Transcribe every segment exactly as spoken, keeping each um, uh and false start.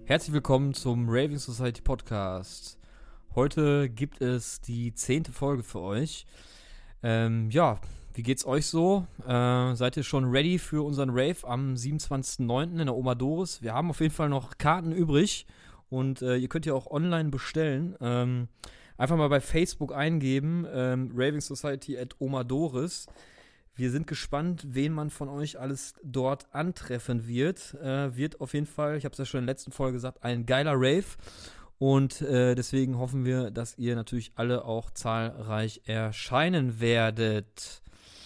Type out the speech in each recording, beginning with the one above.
Herzlich willkommen zum Raving Society Podcast. Heute gibt es die zehnte Folge für euch. Ähm, ja, wie geht's euch so? Äh, seid ihr schon ready für unseren Rave am siebenundzwanzigsten neunten in der Oma Doris? Wir haben auf jeden Fall noch Karten übrig und äh, ihr könnt ja auch online bestellen. Ähm, einfach mal bei Facebook eingeben, ähm, Raving Society at Oma Doris. Wir sind gespannt, wen man von euch alles dort antreffen wird. Äh, wird auf jeden Fall, ich habe es ja schon in der letzten Folge gesagt, ein geiler Rave. Und äh, deswegen hoffen wir, dass ihr natürlich alle auch zahlreich erscheinen werdet.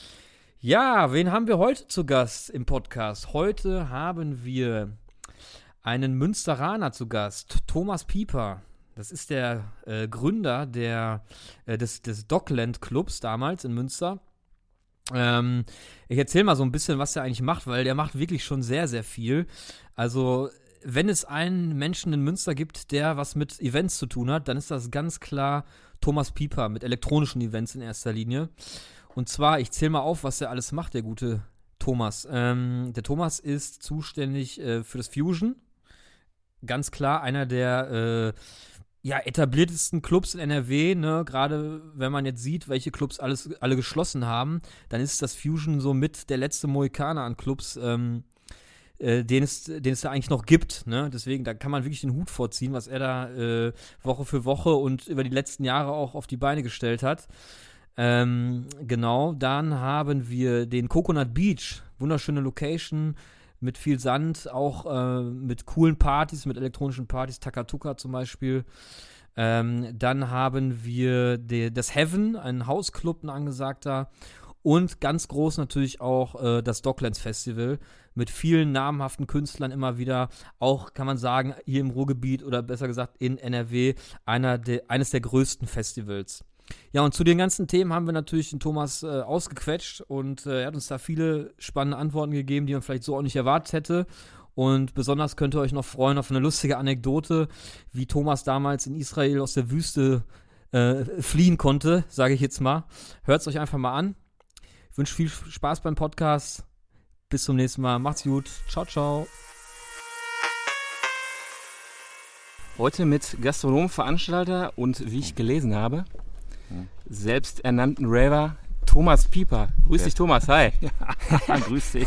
Ja, wen haben wir heute zu Gast im Podcast? Heute haben wir einen Münsteraner zu Gast, Thomas Pieper. Das ist der äh, Gründer der, äh, des, des Dockland Clubs damals in Münster. Ähm, ich erzähle mal so ein bisschen, was der eigentlich macht, weil der macht wirklich schon sehr, sehr viel. Also, wenn es einen Menschen in Münster gibt, der was mit Events zu tun hat, dann ist das ganz klar Thomas Pieper mit elektronischen Events in erster Linie. Und zwar, ich zähle mal auf, was er alles macht, der gute Thomas. Ähm, der Thomas ist zuständig äh, für das Fusion. Ganz klar einer der äh, ja, etabliertesten Clubs in N R W, ne, gerade wenn man jetzt sieht, welche Clubs alles, alle geschlossen haben, dann ist das Fusion so mit der letzte Mohikaner an Clubs, ähm, äh, den es, den es da eigentlich noch gibt, ne, deswegen, da kann man wirklich den Hut vorziehen, was er da äh, Woche für Woche und über die letzten Jahre auch auf die Beine gestellt hat. Ähm, genau, dann haben wir den Coconut Beach, wunderschöne Location, mit viel Sand, auch äh, mit coolen Partys, mit elektronischen Partys, Takatuka zum Beispiel. Ähm, dann haben wir die, das Heaven, ein Hausclub, ein angesagter. Und ganz groß natürlich auch äh, das Docklands Festival mit vielen namhaften Künstlern immer wieder. Auch, kann man sagen, hier im Ruhrgebiet oder besser gesagt in N R W einer de, eines der größten Festivals. Ja, und zu den ganzen Themen haben wir natürlich den Thomas äh, ausgequetscht und äh, er hat uns da viele spannende Antworten gegeben, die man vielleicht so auch nicht erwartet hätte. Und besonders könnt ihr euch noch freuen auf eine lustige Anekdote, wie Thomas damals in Israel aus der Wüste äh, fliehen konnte, sage ich jetzt mal. Hört es euch einfach mal an. Ich wünsche viel Spaß beim Podcast. Bis zum nächsten Mal. Macht's gut. Ciao, ciao. Heute mit Gastronom, Veranstalter und, wie ich gelesen habe, selbsternannten Raver Thomas Pieper. Grüß ja. dich, Thomas. Hi. Ja, grüß dich.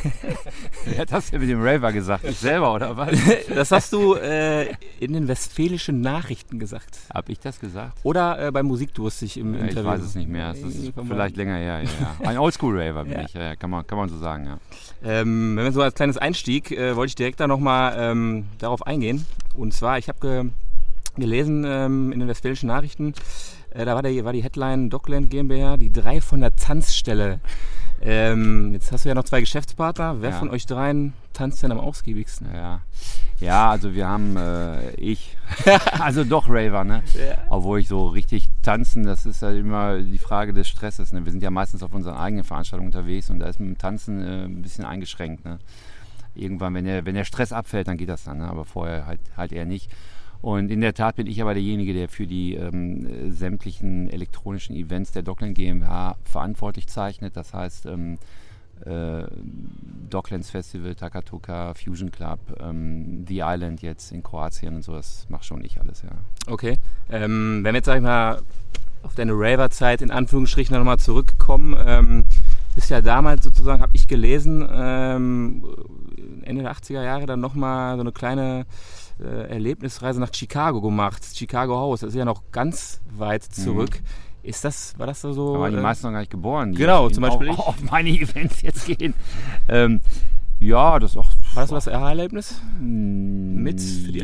Wer hat das denn mit dem Raver gesagt? Ich selber, oder was? Das hast du äh, in den Westfälischen Nachrichten gesagt. Hab ich das gesagt? Oder äh, beim Musikdurstig im ja, Interview. Ich weiß es nicht mehr. Es ist vielleicht länger her. Ja, ja. Ein Oldschool-Raver bin ja. ich. Ja, kann, man, kann man so sagen, ja. Ähm, wenn wir so als kleines Einstieg, äh, wollte ich direkt da nochmal ähm, darauf eingehen. Und zwar, ich habe ge- gelesen ähm, in den Westfälischen Nachrichten, da war, der, war die Headline Dockland GmbH, die drei von der Tanzstelle. Ähm, jetzt hast du ja noch zwei Geschäftspartner. Wer ja. von euch dreien tanzt denn am ausgiebigsten? Ja, ja also wir haben, äh, ich, also doch Raver, ne? Ja. Obwohl ich so richtig tanzen, das ist ja immer die Frage des Stresses. Ne? Wir sind ja meistens auf unseren eigenen Veranstaltungen unterwegs und da ist mit dem Tanzen äh, ein bisschen eingeschränkt. Ne? Irgendwann, wenn der, wenn der Stress abfällt, dann geht das dann, ne? Aber vorher halt, halt eher nicht. Und in der Tat bin ich aber derjenige, der für die ähm, sämtlichen elektronischen Events der Dockland GmbH verantwortlich zeichnet. Das heißt ähm, äh, Docklands Festival, Takatuka, Fusion Club, ähm, The Island jetzt in Kroatien und so, das mache schon ich alles, ja. Okay, ähm, wenn wir jetzt, sag ich mal, auf deine Raver-Zeit in Anführungsstrichen nochmal zurückkommen, ähm, ist ja damals sozusagen, habe ich gelesen, ähm, Ende der achtziger Jahre dann nochmal so eine kleine Äh, Erlebnisreise nach Chicago gemacht, Chicago House, das ist ja noch ganz weit zurück. Mhm. Ist das, war das da so? Da waren die äh, meisten noch gar nicht geboren, die genau, zum Beispiel auf, auf meine Events jetzt gehen. ähm, ja, das auch. War das so das Aha-Erlebnis? Mit?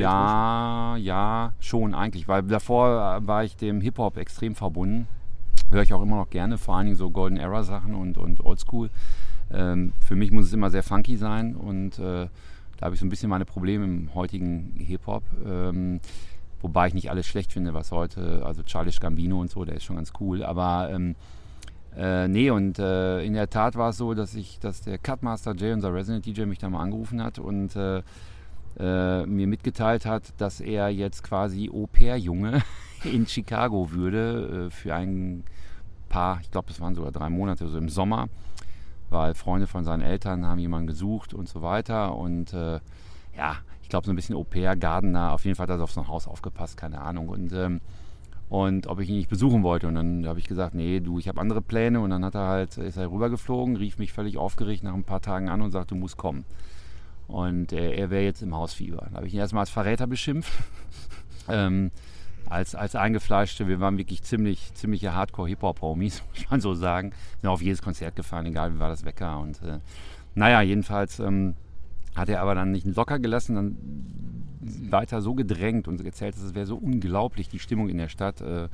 Ja, ja, schon eigentlich, weil davor war ich dem Hip-Hop extrem verbunden. Höre ich auch immer noch gerne, vor allen Dingen so Golden Era Sachen und, und Oldschool. Ähm, für mich muss es immer sehr funky sein und äh, da habe ich so ein bisschen meine Probleme im heutigen Hip-Hop, ähm, wobei ich nicht alles schlecht finde, was heute, also Childish Gambino und so, der ist schon ganz cool, aber ähm, äh, nee, und äh, in der Tat war es so, dass ich, dass der Cutmaster Jay, unser Resident D J, mich da mal angerufen hat und äh, äh, mir mitgeteilt hat, dass er jetzt quasi Au-pair-Junge in Chicago würde, äh, für ein paar, ich glaube, das waren sogar drei Monate, so im Sommer, weil Freunde von seinen Eltern haben jemanden gesucht und so weiter und äh, ja, ich glaube so ein bisschen Au-pair, Gardener, auf jeden Fall hat er auf so ein Haus aufgepasst, keine Ahnung. Und, ähm, und ob ich ihn nicht besuchen wollte. Und dann habe ich gesagt, nee, du, ich habe andere Pläne. Und dann hat er halt, ist er rübergeflogen, rief mich völlig aufgeregt nach ein paar Tagen an und sagte, du musst kommen. Und äh, er wäre jetzt im Hausfieber. Da habe ich ihn erstmal als Verräter beschimpft. ähm, als, als Eingefleischte, wir waren wirklich ziemlich, ziemliche Hardcore-Hip-Hop-Homies, muss man so sagen. Sind auf jedes Konzert gefahren, egal wie war das Wecker. Und äh, naja, jedenfalls ähm, hat er aber dann nicht locker gelassen, dann weiter so gedrängt und erzählt, es wäre so unglaublich, die Stimmung in der Stadt. Äh,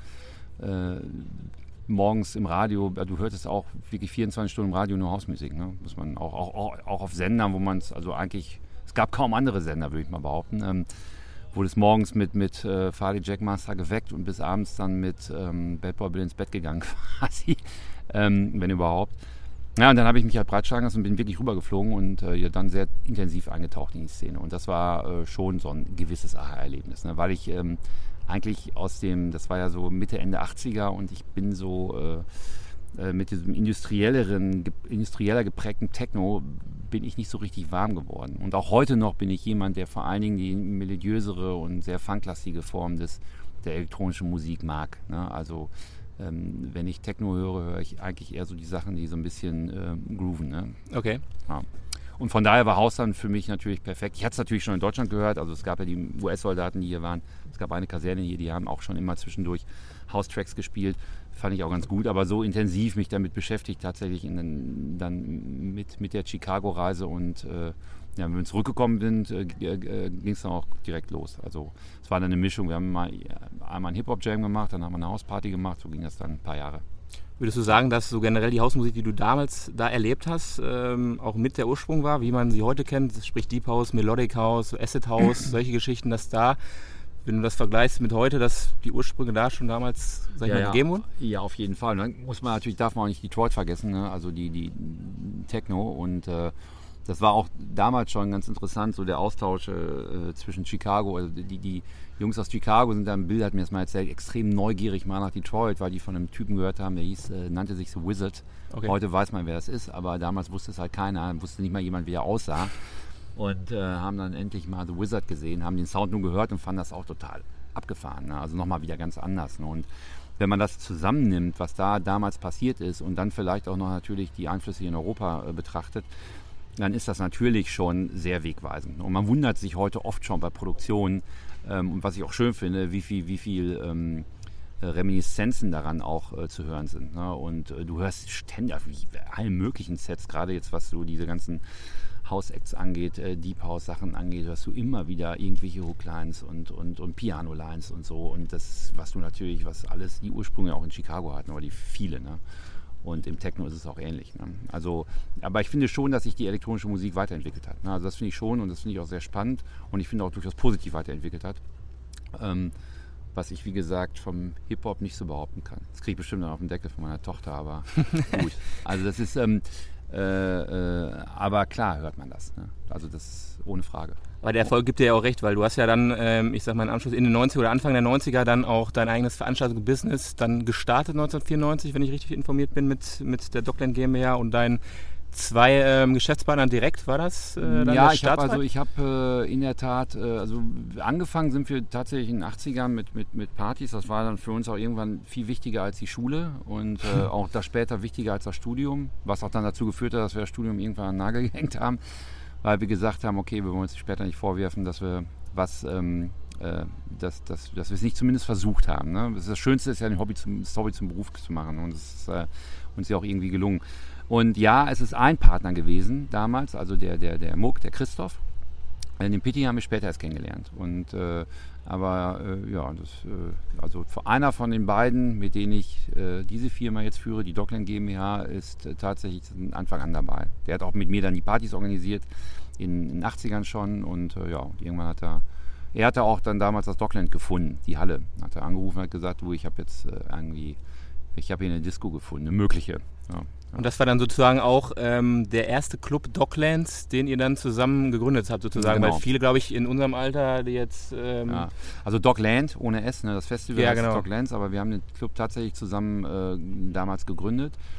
äh, morgens im Radio, du hörtest auch wirklich vierundzwanzig Stunden im Radio nur Hausmusik, ne? Muss man auch, auch, auch auf Sendern, wo man es, also eigentlich, es gab kaum andere Sender, würde ich mal behaupten, ähm, wurde es morgens mit, mit äh, Farley Jackmaster geweckt und bis abends dann mit ähm, Bad Boy Bill ins Bett gegangen quasi, ähm, wenn überhaupt. Ja, und dann habe ich mich halt breitschlagen lassen und bin wirklich rübergeflogen und äh, dann sehr intensiv eingetaucht in die Szene. Und das war äh, schon so ein gewisses Aha-Erlebnis, ne? Weil ich ähm, eigentlich aus dem, das war ja so Mitte, Ende achtziger und ich bin so äh, äh, mit diesem industrielleren, ge, industrieller geprägten Techno bin ich nicht so richtig warm geworden. Und auch heute noch bin ich jemand, der vor allen Dingen die melodiösere und sehr funklastige Form des, der elektronischen Musik mag, ne? Also ähm, wenn ich Techno höre, höre ich eigentlich eher so die Sachen, die so ein bisschen äh, grooven, ne? Okay. Ja. Und von daher war Haus dann für mich natürlich perfekt. Ich hatte es natürlich schon in Deutschland gehört, also es gab ja die U S-Soldaten, die hier waren. Es gab eine Kaserne hier, die haben auch schon immer zwischendurch House-Tracks gespielt. Fand ich auch ganz gut, aber so intensiv mich damit beschäftigt, tatsächlich in den, dann mit, mit der Chicago-Reise. Und äh, ja, wenn wir zurückgekommen sind, äh, äh, ging es dann auch direkt los. Also es war dann eine Mischung. Wir haben mal einmal einen Hip-Hop-Jam gemacht, dann haben wir eine Hausparty gemacht, so ging das dann ein paar Jahre. Würdest du sagen, dass so generell die Hausmusik, die du damals da erlebt hast, ähm, auch mit der Ursprung war, wie man sie heute kennt, sprich Deep House, Melodic House, Acid House, solche Geschichten, dass da, wenn du das vergleichst mit heute, dass die Ursprünge da schon damals, sag ich ja, mal, gegeben wurden? Ja, auf jeden Fall. Dann muss man natürlich, darf man auch nicht Detroit vergessen, ne? Also die, die Techno und äh, das war auch damals schon ganz interessant, so der Austausch äh, zwischen Chicago, also die, die Jungs aus Chicago sind da im Bild, hat mir das mal erzählt, extrem neugierig mal nach Detroit, weil die von einem Typen gehört haben, der hieß, äh, nannte sich The Wizard. Okay. Heute weiß man, wer das ist, aber damals wusste es halt keiner, wusste nicht mal jemand, wie er aussah. Und äh, haben dann endlich mal The Wizard gesehen, haben den Sound nur gehört und fanden das auch total abgefahren. Ne? Also nochmal wieder ganz anders. Ne? Und wenn man das zusammennimmt, was da damals passiert ist und dann vielleicht auch noch natürlich die Einflüsse in Europa äh, betrachtet, dann ist das natürlich schon sehr wegweisend. Und man wundert sich heute oft schon bei Produktionen, ähm, und was ich auch schön finde, wie viel, wie viel ähm, Reminiszenzen daran auch äh, zu hören sind. Ne? Und äh, du hörst ständig alle möglichen Sets, gerade jetzt was so diese ganzen House-Acts angeht, äh, Deep House-Sachen angeht, hörst du immer wieder irgendwelche Hooklines und, und, und Piano-Lines und so. Und das, was du natürlich, was alles die Ursprünge auch in Chicago hatten, aber die viele, ne? Und im Techno ist es auch ähnlich. Ne? Also, aber ich finde schon, dass sich die elektronische Musik weiterentwickelt hat. Ne? Also das finde ich schon und das finde ich auch sehr spannend und ich finde auch durchaus positiv weiterentwickelt hat. Ähm, was ich, wie gesagt, vom Hip-Hop nicht so behaupten kann. Das kriege ich bestimmt dann auf den Deckel von meiner Tochter, aber gut. Also das ist, ähm, äh, äh, aber klar hört man das. Ne? Also das ist ohne Frage. Aber der Erfolg gibt dir ja auch recht, weil du hast ja dann, ähm, ich sag mal im Anschluss in den neunziger oder Anfang der neunziger dann auch dein eigenes Veranstaltungsbusiness dann gestartet neunzehnhundertvierundneunzig, wenn ich richtig informiert bin, mit, mit der Dockland GmbH und deinen zwei ähm, Geschäftspartnern direkt, war das? Äh, ja, ich habe also ich habe äh, in der Tat, äh, also angefangen sind wir tatsächlich in den achtzigern mit, mit, mit Partys, das war dann für uns auch irgendwann viel wichtiger als die Schule und äh, auch das später wichtiger als das Studium, was auch dann dazu geführt hat, dass wir das Studium irgendwann an den Nagel gehängt haben, weil wir gesagt haben, okay, wir wollen uns später nicht vorwerfen, dass wir was, ähm, äh, dass, dass, dass wir es nicht zumindest versucht haben. Ne? Das, das Schönste ist ja, ein Hobby zum, das Hobby zum Beruf zu machen und es ist äh, uns ja auch irgendwie gelungen. Und ja, es ist ein Partner gewesen damals, also der, der, der Muck, der Christoph. Den Pitti haben wir später erst kennengelernt. Und, äh, aber äh, ja, das, äh, also einer von den beiden, mit denen ich äh, diese Firma jetzt führe, die Dockland GmbH, ist äh, tatsächlich von Anfang an dabei. Der hat auch mit mir dann die Partys organisiert, in, in den achtzigern schon. Und äh, ja, irgendwann hat er, er hatte auch dann damals das Dockland gefunden, die Halle. Hat er angerufen und hat gesagt, du, ich habe jetzt äh, irgendwie, ich habe hier eine Disco gefunden, eine mögliche. Ja. Und das war dann sozusagen auch ähm, der erste Club Docklands, den ihr dann zusammen gegründet habt, sozusagen. Genau. Weil viele, glaube ich, in unserem Alter, die jetzt... Ähm ja. Also Dockland, ohne S, ne? Das Festival ja, heißt genau. Docklands, aber wir haben den Club tatsächlich zusammen äh, damals gegründet.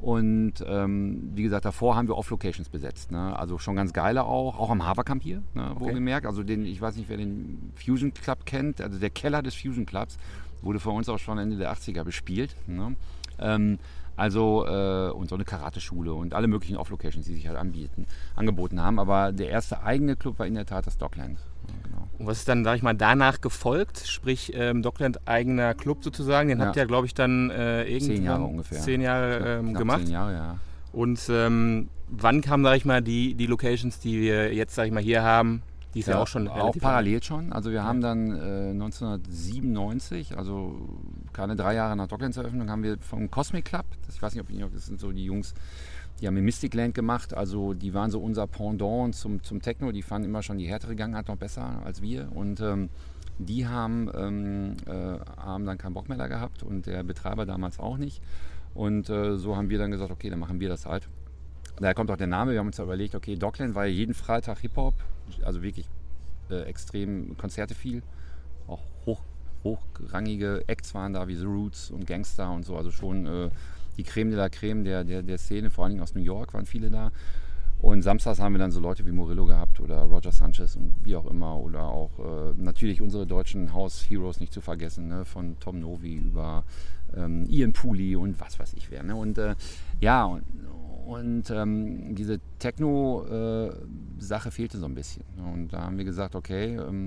Und ähm, wie gesagt, davor haben wir Off-Locations besetzt. Ne? Also schon ganz geile auch, auch am Haverkamp hier, ne? Okay. Wohlgemerkt. Also den, ich weiß nicht, wer den Fusion Club kennt, also der Keller des Fusion Clubs wurde von uns auch schon Ende der achtziger bespielt. Ne? Ähm, also äh, und so eine Karate-Schule und alle möglichen Off-Locations, die sich halt anbieten, angeboten haben. Aber der erste eigene Club war in der Tat das Dockland. Ja, genau. Und was ist dann, sag ich mal, danach gefolgt? Sprich, ähm, Dockland eigener Club sozusagen. Den Ja. habt ihr, glaube ich, dann äh, irgendwann Zehn Jahre ungefähr. Zehn Jahre Knapp- ähm, knapp gemacht. Zehn Jahre, ja. Und ähm, wann kamen, sag ich mal, die, die Locations, die wir jetzt, sag ich mal, hier haben? Die ist ja, Ja, auch schon auch relativ parallel schon. Also wir Ja. haben dann äh, neunzehnhundertsiebenundneunzig, also keine drei Jahre nach Docklands Eröffnung, haben wir vom Cosmic Club, das, ich weiß nicht, ob ihr, das sind so die Jungs, die haben in Mysticland gemacht, also die waren so unser Pendant zum, zum Techno, die fanden immer schon die härtere Gangart noch besser als wir und ähm, die haben, ähm, äh, haben dann keinen Bock mehr da gehabt und der Betreiber damals auch nicht und äh, so haben wir dann gesagt, okay, dann machen wir das halt. Daher kommt auch der Name, wir haben uns ja überlegt, okay, Dockland war ja jeden Freitag Hip-Hop, also wirklich äh, extrem Konzerte viel, auch hoch, hochrangige Acts waren da wie The Roots und Gangster und so, also schon äh, die Creme de la Creme der, der, der Szene, vor allen Dingen aus New York waren viele da. Und samstags haben wir dann so Leute wie Murillo gehabt oder Roger Sanchez und wie auch immer oder auch äh, natürlich unsere deutschen House Heroes nicht zu vergessen, ne? Von Tom Novi über ähm, Ian Pooley und was weiß ich wer. Ne? Und äh, ja, und, und ähm, diese Techno-Sache äh, fehlte so ein bisschen. Ne? Und da haben wir gesagt, okay, ähm,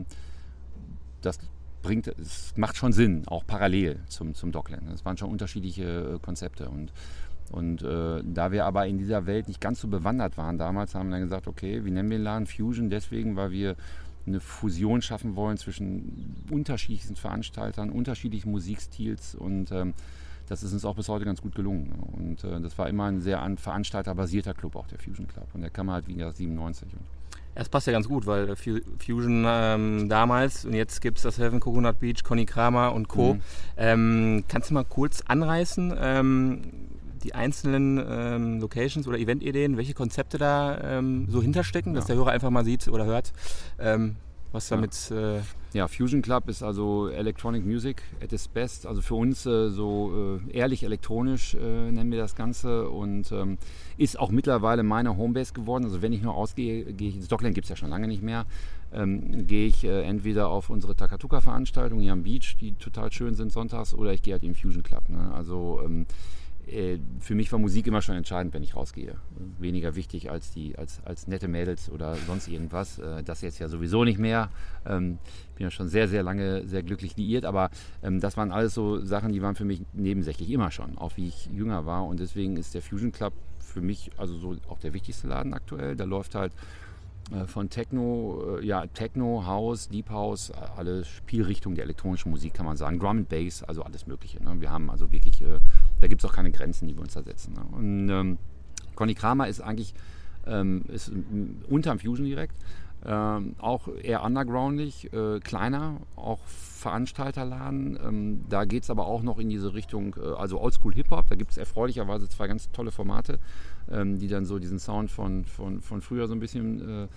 das bringt, es macht schon Sinn, auch parallel zum, zum Dockland. Das waren schon unterschiedliche äh, Konzepte und Und äh, da wir aber in dieser Welt nicht ganz so bewandert waren damals, haben wir dann gesagt, okay, wir nennen den Laden Fusion deswegen, weil wir eine Fusion schaffen wollen zwischen unterschiedlichsten Veranstaltern, unterschiedlichen Musikstils und ähm, das ist uns auch bis heute ganz gut gelungen. Und äh, das war immer ein sehr an veranstalterbasierter Club, auch der Fusion Club. Und der kam halt wie gesagt siebenundneunzig. Und Das passt ja ganz gut, weil Fusion ähm, damals und jetzt gibt es das Heaven, Coconut Beach, Conny Kramer und Co. Mhm. Ähm, kannst du mal kurz anreißen, ähm, die einzelnen ähm, Locations oder Event-Ideen, welche Konzepte da ähm, so hinterstecken, dass Ja. der Hörer einfach mal sieht oder hört, ähm, was Ja. damit... Äh, Ja, Fusion Club ist also Electronic Music at its best. Also für uns äh, so äh, ehrlich elektronisch äh, nennen wir das Ganze und ähm, ist auch mittlerweile meine Homebase geworden. Also wenn ich nur ausgehe, gehe ich, das Dockland gibt es ja schon lange nicht mehr, ähm, gehe ich äh, entweder auf unsere Takatuka-Veranstaltungen hier am Beach, die total schön sind sonntags, oder ich gehe halt in den Fusion Club. Ne? Also ähm, äh, für mich war Musik immer schon entscheidend, wenn ich rausgehe. Weniger wichtig als, die, als, als nette Mädels oder sonst irgendwas. Äh, das jetzt ja sowieso nicht mehr. Ähm, bin ja schon sehr, sehr lange sehr glücklich liiert, aber ähm, das waren alles so Sachen, die waren für mich nebensächlich immer schon, auch wie ich jünger war und deswegen ist der Fusion Club für mich also so auch der wichtigste Laden aktuell. Da läuft halt äh, von Techno, äh, ja Techno, House, Deep House, alle Spielrichtungen der elektronischen Musik kann man sagen, Drum and Bass, also alles Mögliche. Ne? Wir haben also wirklich, äh, da gibt es auch keine Grenzen, die wir uns da setzen. Ne? Und ähm, Conny Kramer ist eigentlich ähm, ist unterm Fusion direkt. Ähm, auch eher undergroundig, äh, kleiner, auch Veranstalterladen. Ähm, da geht es aber auch noch in diese Richtung, äh, also Oldschool Hip-Hop. Da gibt es erfreulicherweise zwei ganz tolle Formate, ähm, die dann so diesen Sound von, von, von früher so ein bisschen äh,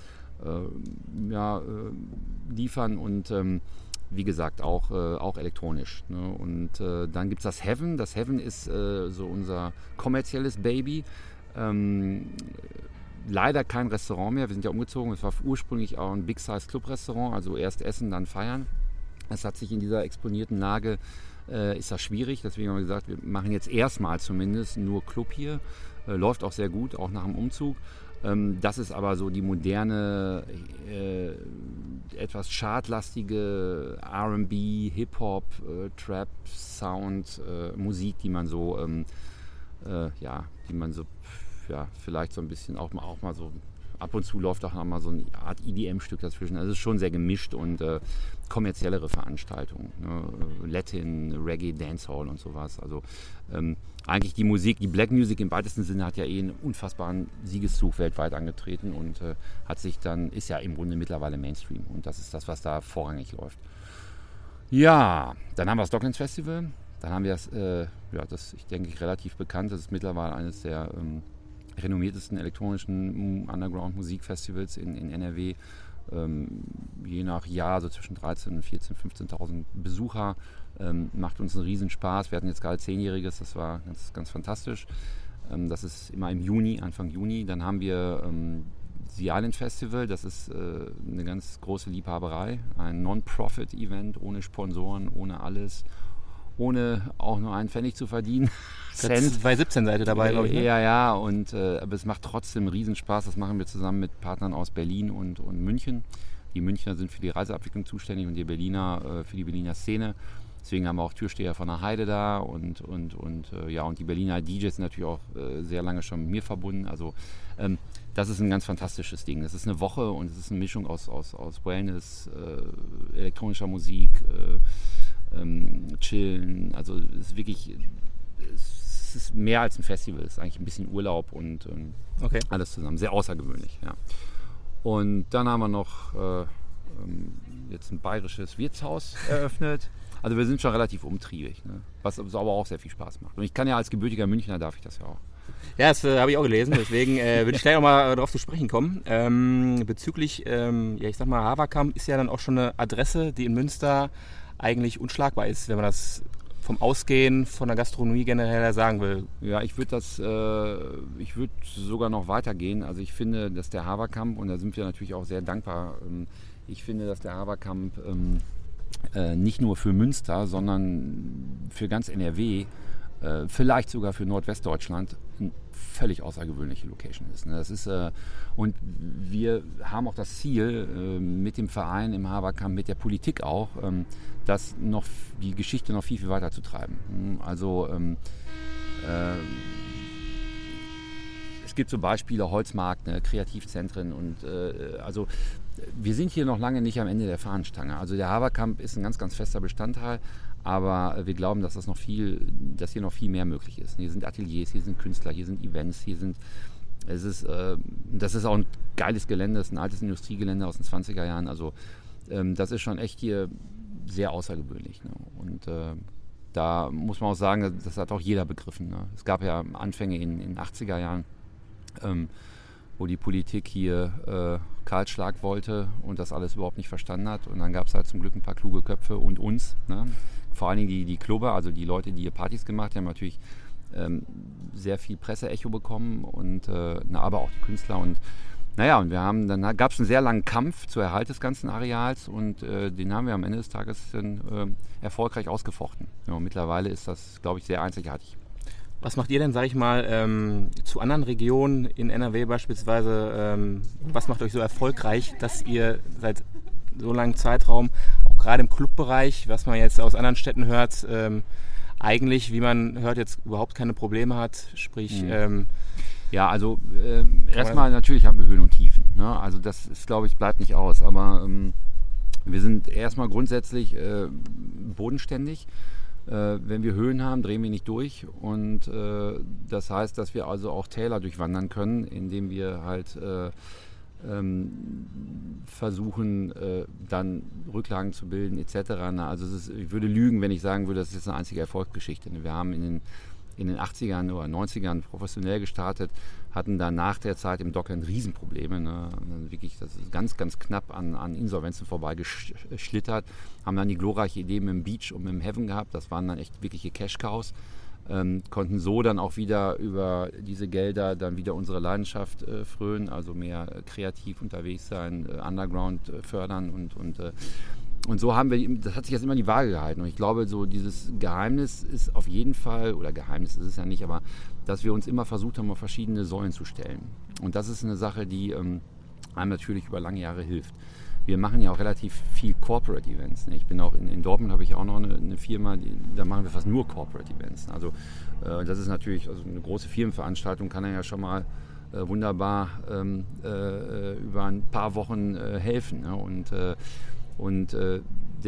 äh, ja, äh, liefern und ähm, wie gesagt auch, äh, auch elektronisch. Ne? Und äh, dann gibt es das Heaven. Das Heaven ist äh, so unser kommerzielles Baby. Ähm, Leider kein Restaurant mehr, wir sind ja umgezogen, es war ursprünglich auch ein Big-Size-Club-Restaurant, also erst essen, dann feiern. Es hat sich in dieser exponierten Lage, äh, ist das schwierig, deswegen haben wir gesagt, wir machen jetzt erstmal zumindest nur Club hier, äh, läuft auch sehr gut, auch nach dem Umzug. Ähm, das ist aber so die moderne, äh, etwas chartlastige R and B, Hip-Hop, äh, Trap, Sound, äh, Musik, die man so, ähm, äh, ja, die man so ja, vielleicht so ein bisschen auch mal, auch mal so, ab und zu läuft auch mal so eine Art E D M-Stück dazwischen. Also es ist schon sehr gemischt und äh, kommerziellere Veranstaltungen. Ne? Latin, Reggae, Dancehall und sowas. Also ähm, eigentlich die Musik, die Black Music im weitesten Sinne hat ja eh einen unfassbaren Siegeszug weltweit angetreten und äh, hat sich dann, ist ja im Grunde mittlerweile Mainstream und das ist das, was da vorrangig läuft. Ja, dann haben wir das Docklands Festival. Dann haben wir das, äh, ja, das ich denke relativ bekannt, das ist mittlerweile eines der ähm, renommiertesten elektronischen Underground-Musikfestivals in, in N R W. Ähm, je nach Jahr so zwischen dreizehn, vierzehn, fünfzehntausend Besucher. Ähm, macht uns einen Riesenspaß. Wir hatten jetzt gerade Zehnjähriges, das war ganz, ganz fantastisch. Ähm, das ist immer im Juni, Anfang Juni. Dann haben wir ähm, The Island Festival, das ist äh, eine ganz große Liebhaberei, ein Non-Profit-Event ohne Sponsoren, ohne alles, ohne auch nur einen Pfennig zu verdienen. zwei siebzehn Seite dabei, glaube ich. Ne? Ja, ja, und, äh, aber es macht trotzdem Riesenspaß. Das machen wir zusammen mit Partnern aus Berlin und, und München. Die Münchner sind für die Reiseabwicklung zuständig und die Berliner äh, für die Berliner Szene. Deswegen haben wir auch Türsteher von der Heide da und, und, und, äh, ja, und die Berliner D Js sind natürlich auch äh, sehr lange schon mit mir verbunden. Also ähm, das ist ein ganz fantastisches Ding. Das ist eine Woche und es ist eine Mischung aus, aus, aus Wellness, äh, elektronischer Musik, äh, ähm, Chillen. Also es ist wirklich, es ist mehr als ein Festival. Es ist eigentlich ein bisschen Urlaub und ähm, okay. alles zusammen. Sehr außergewöhnlich, ja. Und dann haben wir noch äh, ähm, jetzt ein bayerisches Wirtshaus eröffnet. Also wir sind schon relativ umtriebig, ne? Was aber auch sehr viel Spaß macht. Und ich kann ja als gebürtiger Münchner, darf ich das ja auch. Ja, das äh, habe ich auch gelesen, deswegen äh, würde ich gleich nochmal äh, darauf zu sprechen kommen. Ähm, bezüglich, ähm, ja ich sag mal, Haverkamp ist ja dann auch schon eine Adresse, die in Münster eigentlich unschlagbar ist, wenn man das vom Ausgehen, von der Gastronomie generell sagen will. Ja, ich würde das, äh, ich würde sogar noch weitergehen. Also ich finde, dass der Haverkamp, und da sind wir natürlich auch sehr dankbar, ähm, ich finde, dass der Haverkamp ähm, äh, nicht nur für Münster, sondern für ganz N R W, äh, vielleicht sogar für Nordwestdeutschland, eine völlig außergewöhnliche Location ist. Ne? Das ist äh, und wir haben auch das Ziel, äh, mit dem Verein im Haverkamp, mit der Politik auch, ähm, das noch, die Geschichte noch viel, viel weiter zu treiben. Also ähm, äh, es gibt so Beispiele, Holzmarkt, ne, Kreativzentren und äh, also wir sind hier noch lange nicht am Ende der Fahnenstange. Also der Haverkamp ist ein ganz, ganz fester Bestandteil, aber wir glauben, dass das noch viel, dass hier noch viel mehr möglich ist. Hier sind Ateliers, hier sind Künstler, hier sind Events, hier sind es ist, äh, das ist auch ein geiles Gelände, das ist ein altes Industriegelände aus den zwanziger Jahren. Also ähm, das ist schon echt hier sehr außergewöhnlich. Ne? Und äh, da muss man auch sagen, das hat auch jeder begriffen. Ne? Es gab ja Anfänge in den achtziger Jahren, ähm, wo die Politik hier äh, Kahlschlag wollte und das alles überhaupt nicht verstanden hat. Und dann gab es halt zum Glück ein paar kluge Köpfe und uns. Ne? Vor allen Dingen die, die Clubber, also die Leute, die hier Partys gemacht haben, natürlich ähm, sehr viel Presseecho bekommen, und, äh, na, aber auch die Künstler. Und naja, und wir haben, dann gab es einen sehr langen Kampf zur Erhalt des ganzen Areals, und äh, den haben wir am Ende des Tages dann, äh, erfolgreich ausgefochten. Ja, und mittlerweile ist das, glaube ich, sehr einzigartig. Was macht ihr denn, sage ich mal, ähm, zu anderen Regionen in N R W beispielsweise, ähm, was macht euch so erfolgreich, dass ihr seit so langem Zeitraum, auch gerade im Clubbereich, was man jetzt aus anderen Städten hört, ähm, eigentlich, wie man hört, jetzt überhaupt keine Probleme hat, sprich... Mhm. Ähm, ja, also äh, erstmal natürlich haben wir Höhen und Tiefen. Ne? Also das ist, glaube ich, bleibt nicht aus, aber ähm, wir sind erstmal grundsätzlich äh, bodenständig. Äh, wenn wir Höhen haben, drehen wir nicht durch, und äh, das heißt, dass wir also auch Täler durchwandern können, indem wir halt äh, ähm, versuchen, äh, dann Rücklagen zu bilden et cetera. Na, also es ist, ich würde lügen, wenn ich sagen würde, das ist jetzt eine einzige Erfolgsgeschichte. Wir haben in den, in den achtzigern oder neunzigern professionell gestartet, hatten dann nach der Zeit im Dockland Riesenprobleme. Ne? Wirklich, das ist ganz, ganz knapp an, an Insolvenzen vorbeigeschlittert. Haben dann die glorreiche Idee mit dem Beach und mit dem Heaven gehabt. Das waren dann echt wirkliche Cash-Cows. Ähm, konnten so dann auch wieder über diese Gelder dann wieder unsere Leidenschaft äh, frönen, also mehr äh, kreativ unterwegs sein, äh, Underground äh, fördern und, und, äh, und so haben wir, das hat sich jetzt immer die Waage gehalten, und ich glaube, so dieses Geheimnis ist auf jeden Fall, oder Geheimnis ist es ja nicht, aber dass wir uns immer versucht haben, auf verschiedene Säulen zu stellen, und das ist eine Sache, die ähm, einem natürlich über lange Jahre hilft. Wir machen ja auch relativ viel Corporate Events. Ne? Ich bin auch in, in Dortmund, habe ich auch noch eine, eine Firma, die, da machen wir fast nur Corporate Events. Also äh, das ist natürlich, also eine große Firmenveranstaltung kann ja schon mal äh, wunderbar ähm, äh, über ein paar Wochen äh, helfen. Ne? Und, äh, und äh,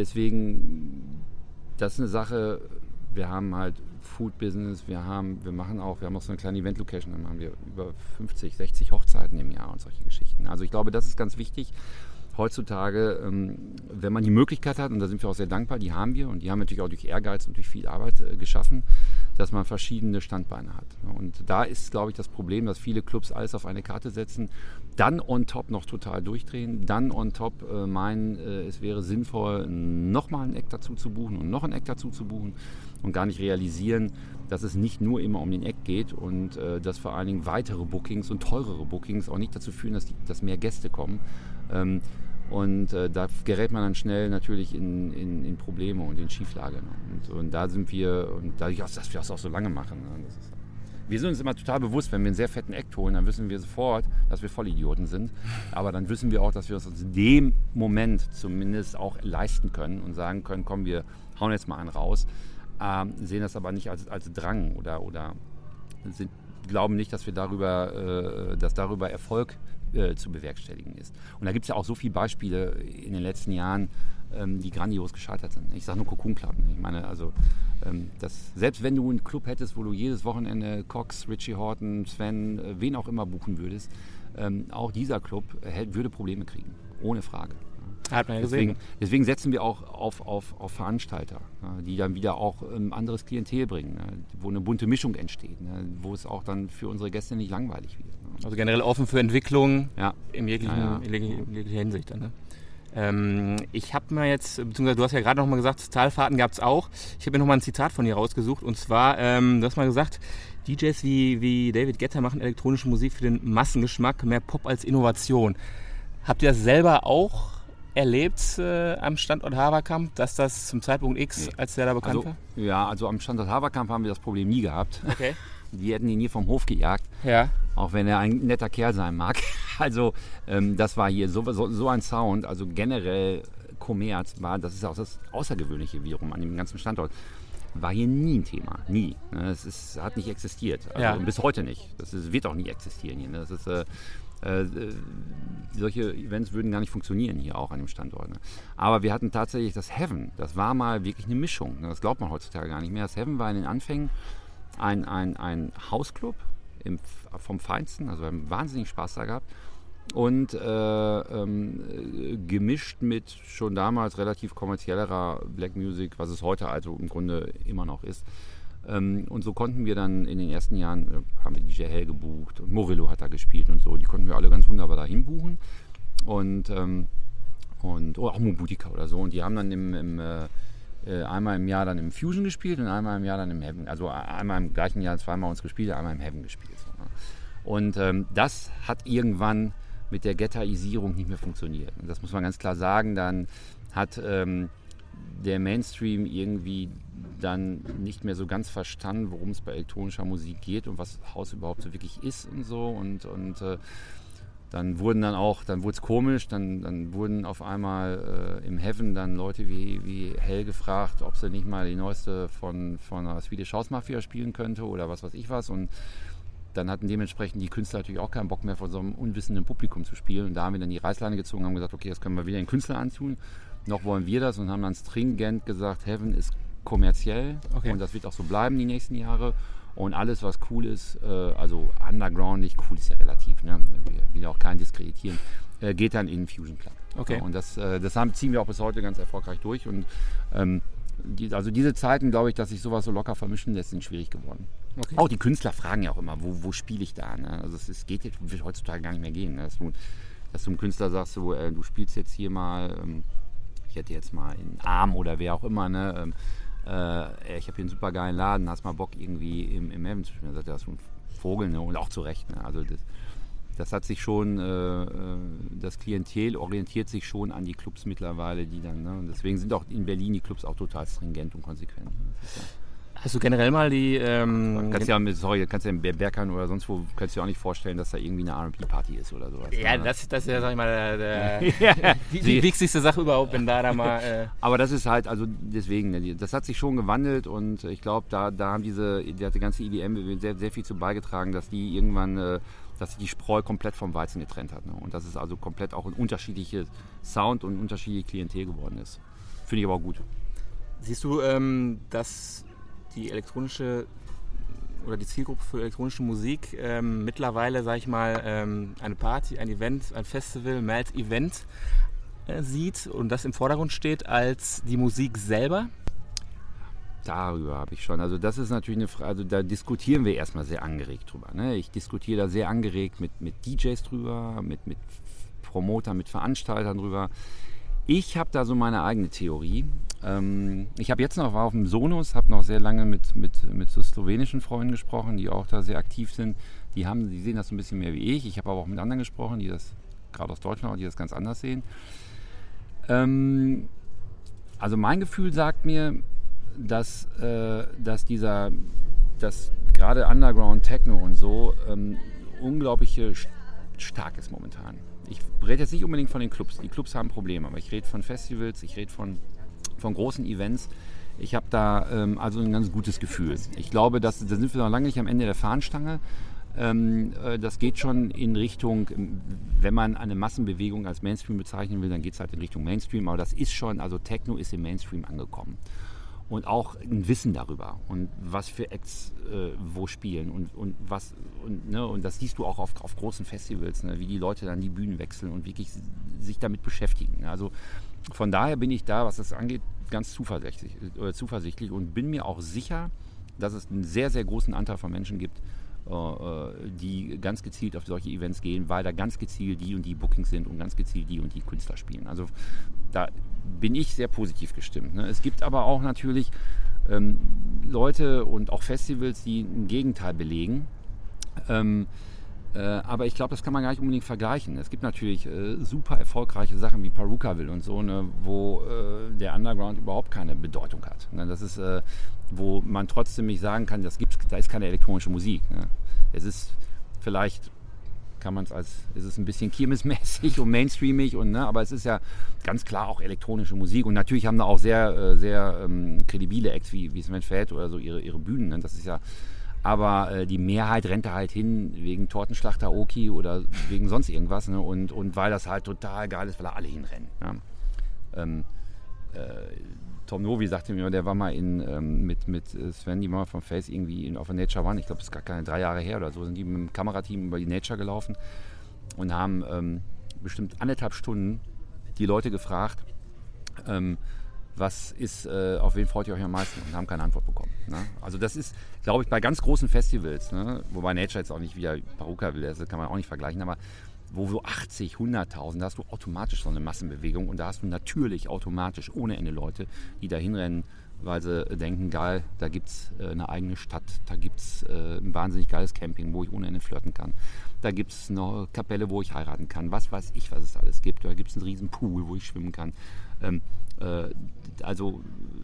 deswegen, das ist eine Sache, wir haben halt Food Business, wir haben, wir machen auch, wir haben auch so eine kleine Event-Location, dann haben wir über fünfzig, sechzig Hochzeiten im Jahr und solche Geschichten. Also ich glaube, das ist ganz wichtig. Heutzutage ähm, wenn man die Möglichkeit hat, und da sind wir auch sehr dankbar, die haben wir, und die haben natürlich auch durch Ehrgeiz und durch viel Arbeit äh, geschaffen, dass man verschiedene Standbeine hat. Und da ist, glaube ich, das Problem, dass viele Clubs alles auf eine Karte setzen, dann on top noch total durchdrehen, dann on top äh, meinen, äh, es wäre sinnvoll, nochmal ein Act dazu zu buchen und noch ein Act dazu zu buchen und gar nicht realisieren, dass es nicht nur immer um den Act geht und äh, dass vor allen Dingen weitere Bookings und teurere Bookings auch nicht dazu führen, dass, die, dass mehr Gäste kommen. Ähm, und äh, da gerät man dann schnell natürlich in, in, in Probleme und in Schieflage. Ne? Und, und da sind wir, und dadurch, dass wir das auch so lange machen, ne? Das ist, wir sind uns immer total bewusst, wenn wir einen sehr fetten Act holen, dann wissen wir sofort, dass wir Vollidioten sind. Aber dann wissen wir auch, dass wir uns in dem Moment zumindest auch leisten können und sagen können, komm, wir hauen jetzt mal einen raus. Ähm, sehen das aber nicht als, als Drang oder, oder sind, glauben nicht, dass wir darüber, äh, dass darüber Erfolg äh, zu bewerkstelligen ist. Und da gibt es ja auch so viele Beispiele in den letzten Jahren, ähm, die grandios gescheitert sind. Ich sage nur Cocoon Club. Ne? Ich meine, also ähm, das, selbst wenn du einen Club hättest, wo du jedes Wochenende Cox, Richie Horton, Sven, äh, wen auch immer buchen würdest, ähm, auch dieser Club äh, würde Probleme kriegen, ohne Frage. Hat man ja gesehen. Deswegen, deswegen setzen wir auch auf, auf, auf Veranstalter, ne, die dann wieder auch ein anderes Klientel bringen, ne, wo eine bunte Mischung entsteht, ne, wo es auch dann für unsere Gäste nicht langweilig wird. Ne. Also generell offen für Entwicklung ja. in jeglichen, ja, ja. in jeglicher Hinsicht. Dann, ne? ähm, ich habe mir jetzt, beziehungsweise du hast ja gerade noch mal gesagt, Talfahrten gab es auch. Ich habe mir noch mal ein Zitat von dir rausgesucht und zwar, ähm, du hast mal gesagt, D Js wie, wie David Guetta machen elektronische Musik für den Massengeschmack, mehr Pop als Innovation. Habt ihr das selber auch erlebt äh, am Standort Haverkamp, dass das zum Zeitpunkt X, nee. als der da bekannt also, war? Ja, also am Standort Haverkamp haben wir das Problem nie gehabt. Okay. Die hätten ihn nie vom Hof gejagt, ja. auch wenn er ein netter Kerl sein mag. Also ähm, das war hier so, so, so ein Sound, also generell Kommerz war, das ist auch das Außergewöhnliche wiederum an dem ganzen Standort, war hier nie ein Thema, nie. Es ist, hat nicht existiert, also ja. bis heute nicht. Das ist, wird auch nie existieren hier. Das ist äh, Äh, solche Events würden gar nicht funktionieren hier auch an dem Standort. Ne? Aber wir hatten tatsächlich das Heaven, das war mal wirklich eine Mischung. Ne? Das glaubt man heutzutage gar nicht mehr. Das Heaven war in den Anfängen ein, ein, ein Hausclub im, vom Feinsten, also wir haben wahnsinnig Spaß da gehabt. Und äh, ähm, gemischt mit schon damals relativ kommerziellerer Black Music, was es heute also im Grunde immer noch ist. Ähm, und so konnten wir dann in den ersten Jahren, äh, haben wir D J Hell gebucht und Morillo hat da gespielt und so, die konnten wir alle ganz wunderbar dahin buchen und, ähm, und oh, auch Mobutika oder so, und die haben dann im, im, äh, einmal im Jahr dann im Fusion gespielt und einmal im Jahr dann im Heaven, also einmal im gleichen Jahr zweimal uns gespielt, einmal im Heaven gespielt. So, ne? Und ähm, das hat irgendwann mit der Ghettoisierung nicht mehr funktioniert. Und das muss man ganz klar sagen, dann hat ähm, der Mainstream irgendwie dann nicht mehr so ganz verstanden, worum es bei elektronischer Musik geht und was House überhaupt so wirklich ist und so. Und, und äh, dann wurden dann auch, dann wurde es komisch, dann, dann wurden auf einmal äh, im Heaven dann Leute wie, wie Hell gefragt, ob sie nicht mal die neueste von, von der Swedish House Mafia spielen könnte oder was weiß ich was. Und dann hatten dementsprechend die Künstler natürlich auch keinen Bock mehr, von so einem unwissenden Publikum zu spielen. Und da haben wir dann die Reißleine gezogen und haben gesagt, okay, das können wir weder den Künstler antun, noch wollen wir das, und haben dann stringent gesagt, Heaven ist kommerziell, okay, und das wird auch so bleiben die nächsten Jahre. Und alles, was cool ist, äh, also underground, nicht cool ist ja relativ, ne? Ich will ja auch keinen diskreditieren, äh, geht dann in den Fusion Club. Okay. Ja, und das, äh, das haben, ziehen wir auch bis heute ganz erfolgreich durch. Und ähm, die, also diese Zeiten, glaube ich, dass sich sowas so locker vermischen lässt, sind schwierig geworden. Okay. Auch die Künstler fragen ja auch immer, wo, wo spiele ich da? Ne? Also es, es geht jetzt, wird heutzutage gar nicht mehr gehen. Ne? Dass, du, dass du einem Künstler sagst, so, äh, du spielst jetzt hier mal, ähm, ich hätte jetzt mal in Arm oder wer auch immer, ne? Ähm, äh, ich habe hier einen super geilen Laden, hast mal Bock irgendwie im, im Heaven zu spielen. Da sagt er, das ist ein Vogel, ne? Und auch zu Recht. Ne? Also das, das hat sich schon, äh, das Klientel orientiert sich schon an die Clubs mittlerweile, die dann, ne? Und deswegen sind auch in Berlin die Clubs auch total stringent und konsequent. Ne? Das ist ja, hast du generell mal die... Ähm, kannst ja, sorry, kannst ja in Bergheim oder sonst wo, kannst du dir auch nicht vorstellen, dass da irgendwie eine R and B-Party ist oder sowas. Ja, ne? das, das ist ja, sag ich mal, der, der die, die wichtigste Sache überhaupt, wenn da da mal... Äh Aber das ist halt, also deswegen, das hat sich schon gewandelt, und ich glaube, da, da haben diese, die hat die ganze I D M sehr, sehr viel zu beigetragen, dass die irgendwann, äh, dass sich die Spreu komplett vom Weizen getrennt hat. Ne? Und dass es also komplett auch ein unterschiedliches Sound und ein unterschiedliches Klientel geworden ist. Finde ich aber auch gut. Siehst du, ähm, dass die elektronische oder die Zielgruppe für elektronische Musik ähm, mittlerweile, sag ich mal, ähm, eine Party, ein Event, ein Festival mehr als Event äh, sieht und das im Vordergrund steht, als die Musik selber? Darüber habe ich schon. Also das ist natürlich eine Frage, also da diskutieren wir erstmal sehr angeregt drüber. Ne? Ich diskutiere da sehr angeregt mit, mit D Js drüber, mit, mit Promotern, mit Veranstaltern drüber. Ich habe da so meine eigene Theorie. Ähm, ich habe jetzt noch, war auf dem Sonos, habe noch sehr lange mit, mit, mit so slowenischen Freunden gesprochen, die auch da sehr aktiv sind. Die, haben, die sehen das so ein bisschen mehr wie ich. Ich habe aber auch mit anderen gesprochen, die das, gerade aus Deutschland, die das ganz anders sehen. Ähm, also mein Gefühl sagt mir, dass, äh, dass dieser, dass gerade Underground Techno und so ähm, unglaublich stark ist momentan. Ich rede jetzt nicht unbedingt von den Clubs, die Clubs haben Probleme, aber ich rede von Festivals, ich rede von, von großen Events. Ich habe da ähm, also ein ganz gutes Gefühl. Ich glaube, dass, da sind wir noch lange nicht am Ende der Fahnenstange. Ähm, äh, das geht schon in Richtung, wenn man eine Massenbewegung als Mainstream bezeichnen will, dann geht es halt in Richtung Mainstream, aber das ist schon, also Techno ist im Mainstream angekommen. Und auch ein Wissen darüber und was für Acts äh, wo spielen und, und was und, ne, und das siehst du auch auf, auf großen Festivals, ne, wie die Leute dann die Bühnen wechseln und wirklich sich damit beschäftigen. Also von daher bin ich da, was das angeht, ganz zuversichtlich, äh, zuversichtlich und bin mir auch sicher, dass es einen sehr, sehr großen Anteil von Menschen gibt, äh, die ganz gezielt auf solche Events gehen, weil da ganz gezielt die und die Bookings sind und ganz gezielt die und die Künstler spielen. Also da bin ich sehr positiv gestimmt. Ne? Es gibt aber auch natürlich ähm, Leute und auch Festivals, die ein Gegenteil belegen. Ähm, äh, aber ich glaube, das kann man gar nicht unbedingt vergleichen. Es gibt natürlich äh, super erfolgreiche Sachen wie Perukaville und so, ne, wo äh, der Underground überhaupt keine Bedeutung hat. Ne? Das ist, äh, wo man trotzdem nicht sagen kann, das gibt's, da ist keine elektronische Musik. Ne? Es ist vielleicht... kann man es als, ist es ein bisschen kirmesmäßig und mainstreamig, und, ne, aber es ist ja ganz klar auch elektronische Musik und natürlich haben da auch sehr, sehr ähm, kredibile Acts wie, wie Sven Väth oder so ihre, ihre Bühnen, ne, das ist ja, aber äh, die Mehrheit rennt da halt hin wegen Tortenschlachter Oki oder wegen sonst irgendwas, ne, und, und weil das halt total geil ist, weil da alle hinrennen. Ja. Ähm, äh, Tom Novi sagte mir, der war mal in, ähm, mit, mit Sven, die Mama von Face, irgendwie in, auf der Nature One, ich glaube, das ist gar keine drei Jahre her oder so, sind die mit dem Kamerateam über die Nature gelaufen und haben ähm, bestimmt anderthalb Stunden die Leute gefragt, ähm, was ist, äh, auf wen freut ihr euch am meisten, und haben keine Antwort bekommen. Ne? Also das ist, glaube ich, bei ganz großen Festivals, ne? Wobei Nature jetzt auch nicht wieder Perukaville ist, das kann man auch nicht vergleichen, aber wo du achtzig, hunderttausend, da hast du automatisch so eine Massenbewegung und da hast du natürlich automatisch ohne Ende Leute, die da hinrennen, weil sie denken, geil, da gibt es äh, eine eigene Stadt, da gibt es äh, ein wahnsinnig geiles Camping, wo ich ohne Ende flirten kann, da gibt es eine Kapelle, wo ich heiraten kann, was weiß ich, was es alles gibt, da gibt es einen riesen Pool, wo ich schwimmen kann. Ähm, äh, also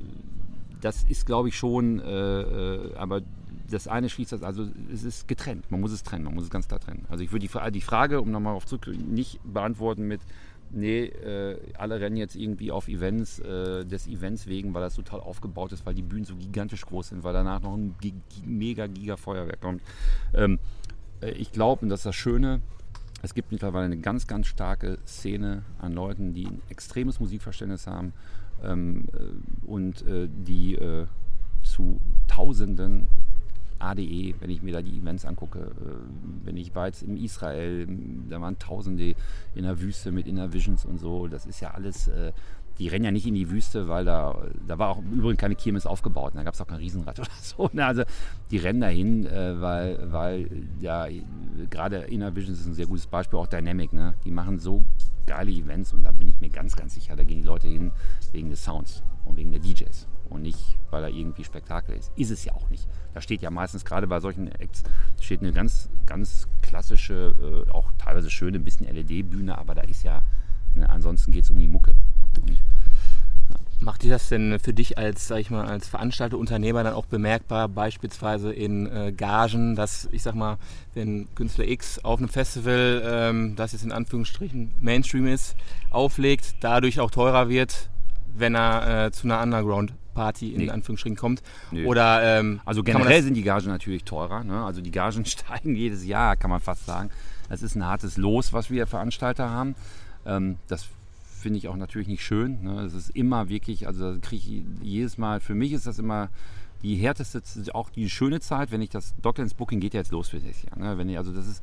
das ist, glaube ich, schon, äh, äh, aber das eine schließt das, also es ist getrennt, man muss es trennen, man muss es ganz klar trennen. Also ich würde die, die Frage, um nochmal auf zurück, nicht beantworten mit, nee, äh, alle rennen jetzt irgendwie auf Events, äh, des Events wegen, weil das total aufgebaut ist, weil die Bühnen so gigantisch groß sind, weil danach noch ein G- mega giga Feuerwerk kommt. Ähm, äh, ich glaube, und das ist das Schöne, es gibt mittlerweile eine ganz, ganz starke Szene an Leuten, die ein extremes Musikverständnis haben ähm, äh, und äh, die äh, zu Tausenden A D E, wenn ich mir da die Events angucke, wenn ich war jetzt in Israel, da waren Tausende in der Wüste mit Inner Visions und so, das ist ja alles, die rennen ja nicht in die Wüste, weil da, da war auch übrigens keine Kirmes aufgebaut, da gab es auch kein Riesenrad oder so, also die rennen dahin, weil, weil ja, gerade Inner Visions ist ein sehr gutes Beispiel, auch Dynamic, ne? Die machen so geile Events und da bin ich mir ganz, ganz sicher, da gehen die Leute hin wegen des Sounds und wegen der D Js. Und nicht, weil da irgendwie Spektakel ist. Ist es ja auch nicht. Da steht ja meistens, gerade bei solchen Acts, steht eine ganz, ganz klassische, äh, auch teilweise schöne, ein bisschen L E D-Bühne, aber da ist ja, ne, ansonsten geht es um die Mucke. Und, ja. Macht dir das denn für dich als, sag ich mal, als Veranstalter, Unternehmer dann auch bemerkbar, beispielsweise in äh, Gagen, dass, ich sag mal, wenn Künstler X auf einem Festival, ähm, das jetzt in Anführungsstrichen Mainstream ist, auflegt, dadurch auch teurer wird, wenn er äh, zu einer Underground-Party in nee. Anführungsstrichen kommt? Nö. Oder, ähm, also generell sind die Gagen natürlich teurer. Ne? Also die Gagen steigen jedes Jahr, kann man fast sagen. Das ist ein hartes Los, was wir Veranstalter haben. Ähm, das finde ich auch natürlich nicht schön. Ne? Das ist immer wirklich, also da kriege ich jedes Mal, für mich ist das immer die härteste, auch die schöne Zeit, wenn ich das, Docklands Booking geht ja jetzt los für das Jahr. Ne? Wenn ich, also das ist,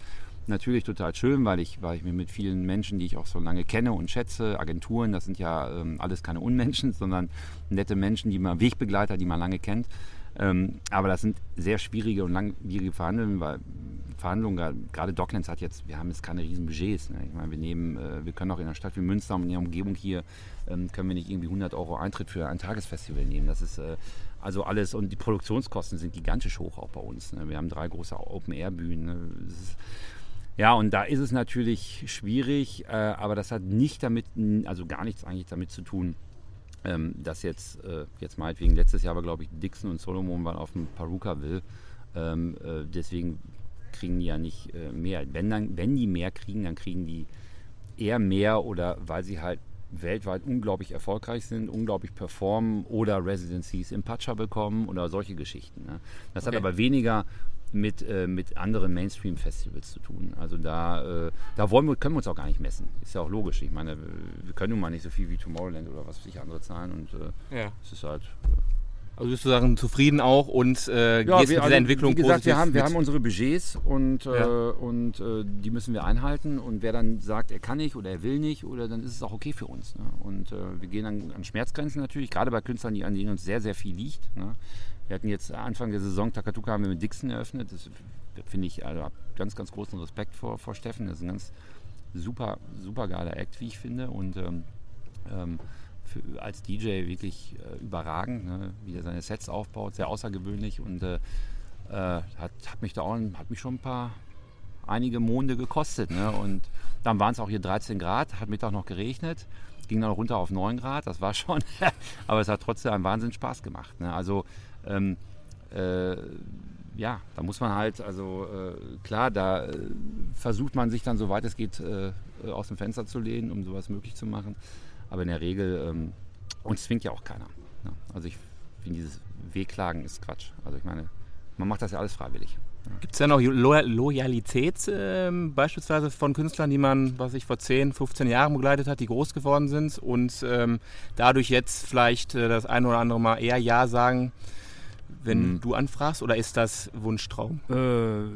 natürlich total schön, weil ich, weil ich mir mit vielen Menschen, die ich auch so lange kenne und schätze, Agenturen, das sind ja ähm, alles keine Unmenschen, sondern nette Menschen, die man Wegbegleiter, die man lange kennt. Ähm, aber das sind sehr schwierige und langwierige Verhandlungen, weil Verhandlungen, gerade Docklands hat jetzt, wir haben jetzt keine riesen Budgets. Ne? Ich meine, wir nehmen, äh, wir können auch in einer Stadt wie Münster und in der Umgebung hier, ähm, können wir nicht irgendwie hundert Euro Eintritt für ein Tagesfestival nehmen. Das ist äh, also alles, und die Produktionskosten sind gigantisch hoch auch bei uns. Ne? Wir haben drei große Open-Air-Bühnen. Ne? Das ist, ja, und da ist es natürlich schwierig, äh, aber das hat nicht damit, also gar nichts eigentlich damit zu tun, ähm, dass jetzt, äh, jetzt meinetwegen, letztes Jahr war, glaube ich, Dixon und Solomon waren auf dem Perukaville. Ähm, äh, deswegen kriegen die ja nicht äh, mehr. Wenn, dann, wenn die mehr kriegen, dann kriegen die eher mehr, oder weil sie halt weltweit unglaublich erfolgreich sind, unglaublich performen oder Residencies im Pacha bekommen oder solche Geschichten. Ne? Das okay. hat aber weniger mit, äh, mit anderen Mainstream-Festivals zu tun. Also da, äh, da wollen wir, können wir uns auch gar nicht messen. Ist ja auch logisch. Ich meine, wir können nun mal nicht so viel wie Tomorrowland oder was sich andere zahlen, und äh, ja. es ist halt... Äh, Also bist du sagen, zufrieden auch und äh, ja, gehst wir, mit also, der Entwicklung wie gesagt, positiv wir haben, wir mit. haben unsere Budgets und, ja. äh, und äh, die müssen wir einhalten, und wer dann sagt, er kann nicht oder er will nicht, oder dann ist es auch okay für uns. Ne? Und äh, wir gehen an, an Schmerzgrenzen natürlich, gerade bei Künstlern, die, an denen uns sehr, sehr viel liegt. Ne? Wir hatten jetzt Anfang der Saison, Takatuka haben wir mit Dixon eröffnet. Das finde ich, also ganz, ganz großen Respekt vor, vor Steffen. Das ist ein ganz super, super geiler Act, wie ich finde. Und ähm, ähm, Für, als D J wirklich äh, überragend, ne? Wie er seine Sets aufbaut, sehr außergewöhnlich, und äh, äh, hat, hat mich da auch hat mich schon ein paar einige Monde gekostet. Ne? Und dann waren es auch hier dreizehn Grad, hat Mittag noch geregnet, ging dann runter auf neun Grad, das war schon, aber es hat trotzdem einen Wahnsinn Spaß gemacht. Ne? Also ähm, äh, ja, da muss man halt, also äh, klar, da äh, versucht man sich dann, soweit es geht, äh, aus dem Fenster zu lehnen, um sowas möglich zu machen. Aber in der Regel, ähm, uns zwingt ja auch keiner. Ne? Also ich finde, dieses Wehklagen ist Quatsch. Also ich meine, man macht das ja alles freiwillig. Ja. Gibt es ja noch Lo- Loyalität äh, beispielsweise von Künstlern, die man, was ich vor zehn, fünfzehn Jahren begleitet hat, die groß geworden sind und ähm, dadurch jetzt vielleicht äh, das ein oder andere Mal eher Ja sagen, wenn mhm. du anfragst, oder ist das Wunschtraum? Äh,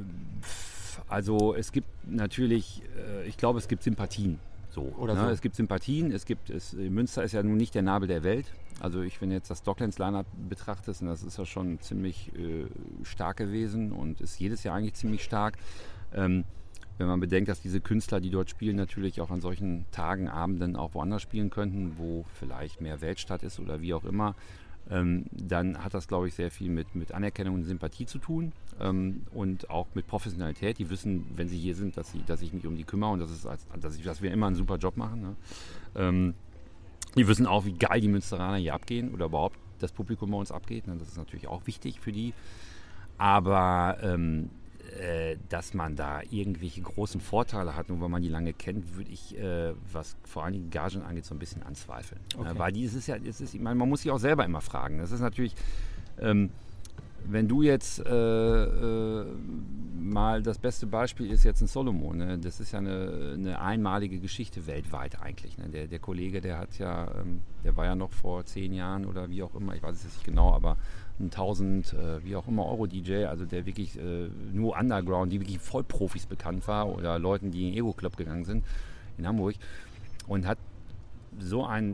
also es gibt natürlich, äh, ich glaube, es gibt Sympathien. So, Oder ne? so. Es gibt Sympathien, es gibt, es, Münster ist ja nun nicht der Nabel der Welt. Also ich, wenn jetzt das Docklands-Line-Up betrachtest, das ist ja schon ziemlich äh, stark gewesen und ist jedes Jahr eigentlich ziemlich stark. Ähm, wenn man bedenkt, dass diese Künstler, die dort spielen, natürlich auch an solchen Tagen, Abenden auch woanders spielen könnten, wo vielleicht mehr Weltstadt ist oder wie auch immer, ähm, dann hat das, glaube ich, sehr viel mit, mit Anerkennung und Sympathie zu tun, ähm, und auch mit Professionalität. Die wissen, wenn sie hier sind, dass, sie, dass ich mich um die kümmere und dass, es als, dass, ich, dass wir immer einen super Job machen. Ne? Ähm, die wissen auch, wie geil die Münsteraner hier abgehen oder überhaupt das Publikum bei uns abgeht. Ne? Das ist natürlich auch wichtig für die. Aber ähm, äh, dass man da irgendwelche großen Vorteile hat, nur weil man die lange kennt, würde ich, äh, was vor allen Dingen Gagen angeht, so ein bisschen anzweifeln. Okay. Äh, weil die, es ist ja, es ist, ich meine, man muss sich auch selber immer fragen. Das ist natürlich, ähm, wenn du jetzt äh, äh, mal, das beste Beispiel ist jetzt ein Solomon, ne? Das ist ja eine, eine einmalige Geschichte weltweit eigentlich. Ne? Der, der Kollege, der hat ja, ähm, der war ja noch vor zehn Jahren oder wie auch immer, ich weiß es jetzt nicht genau, aber ein tausend, äh, wie auch immer, Euro-D J, also der wirklich äh, nur Underground, die wirklich Vollprofis bekannt war, oder Leuten, die in den Ego-Club gegangen sind in Hamburg, und hat so ein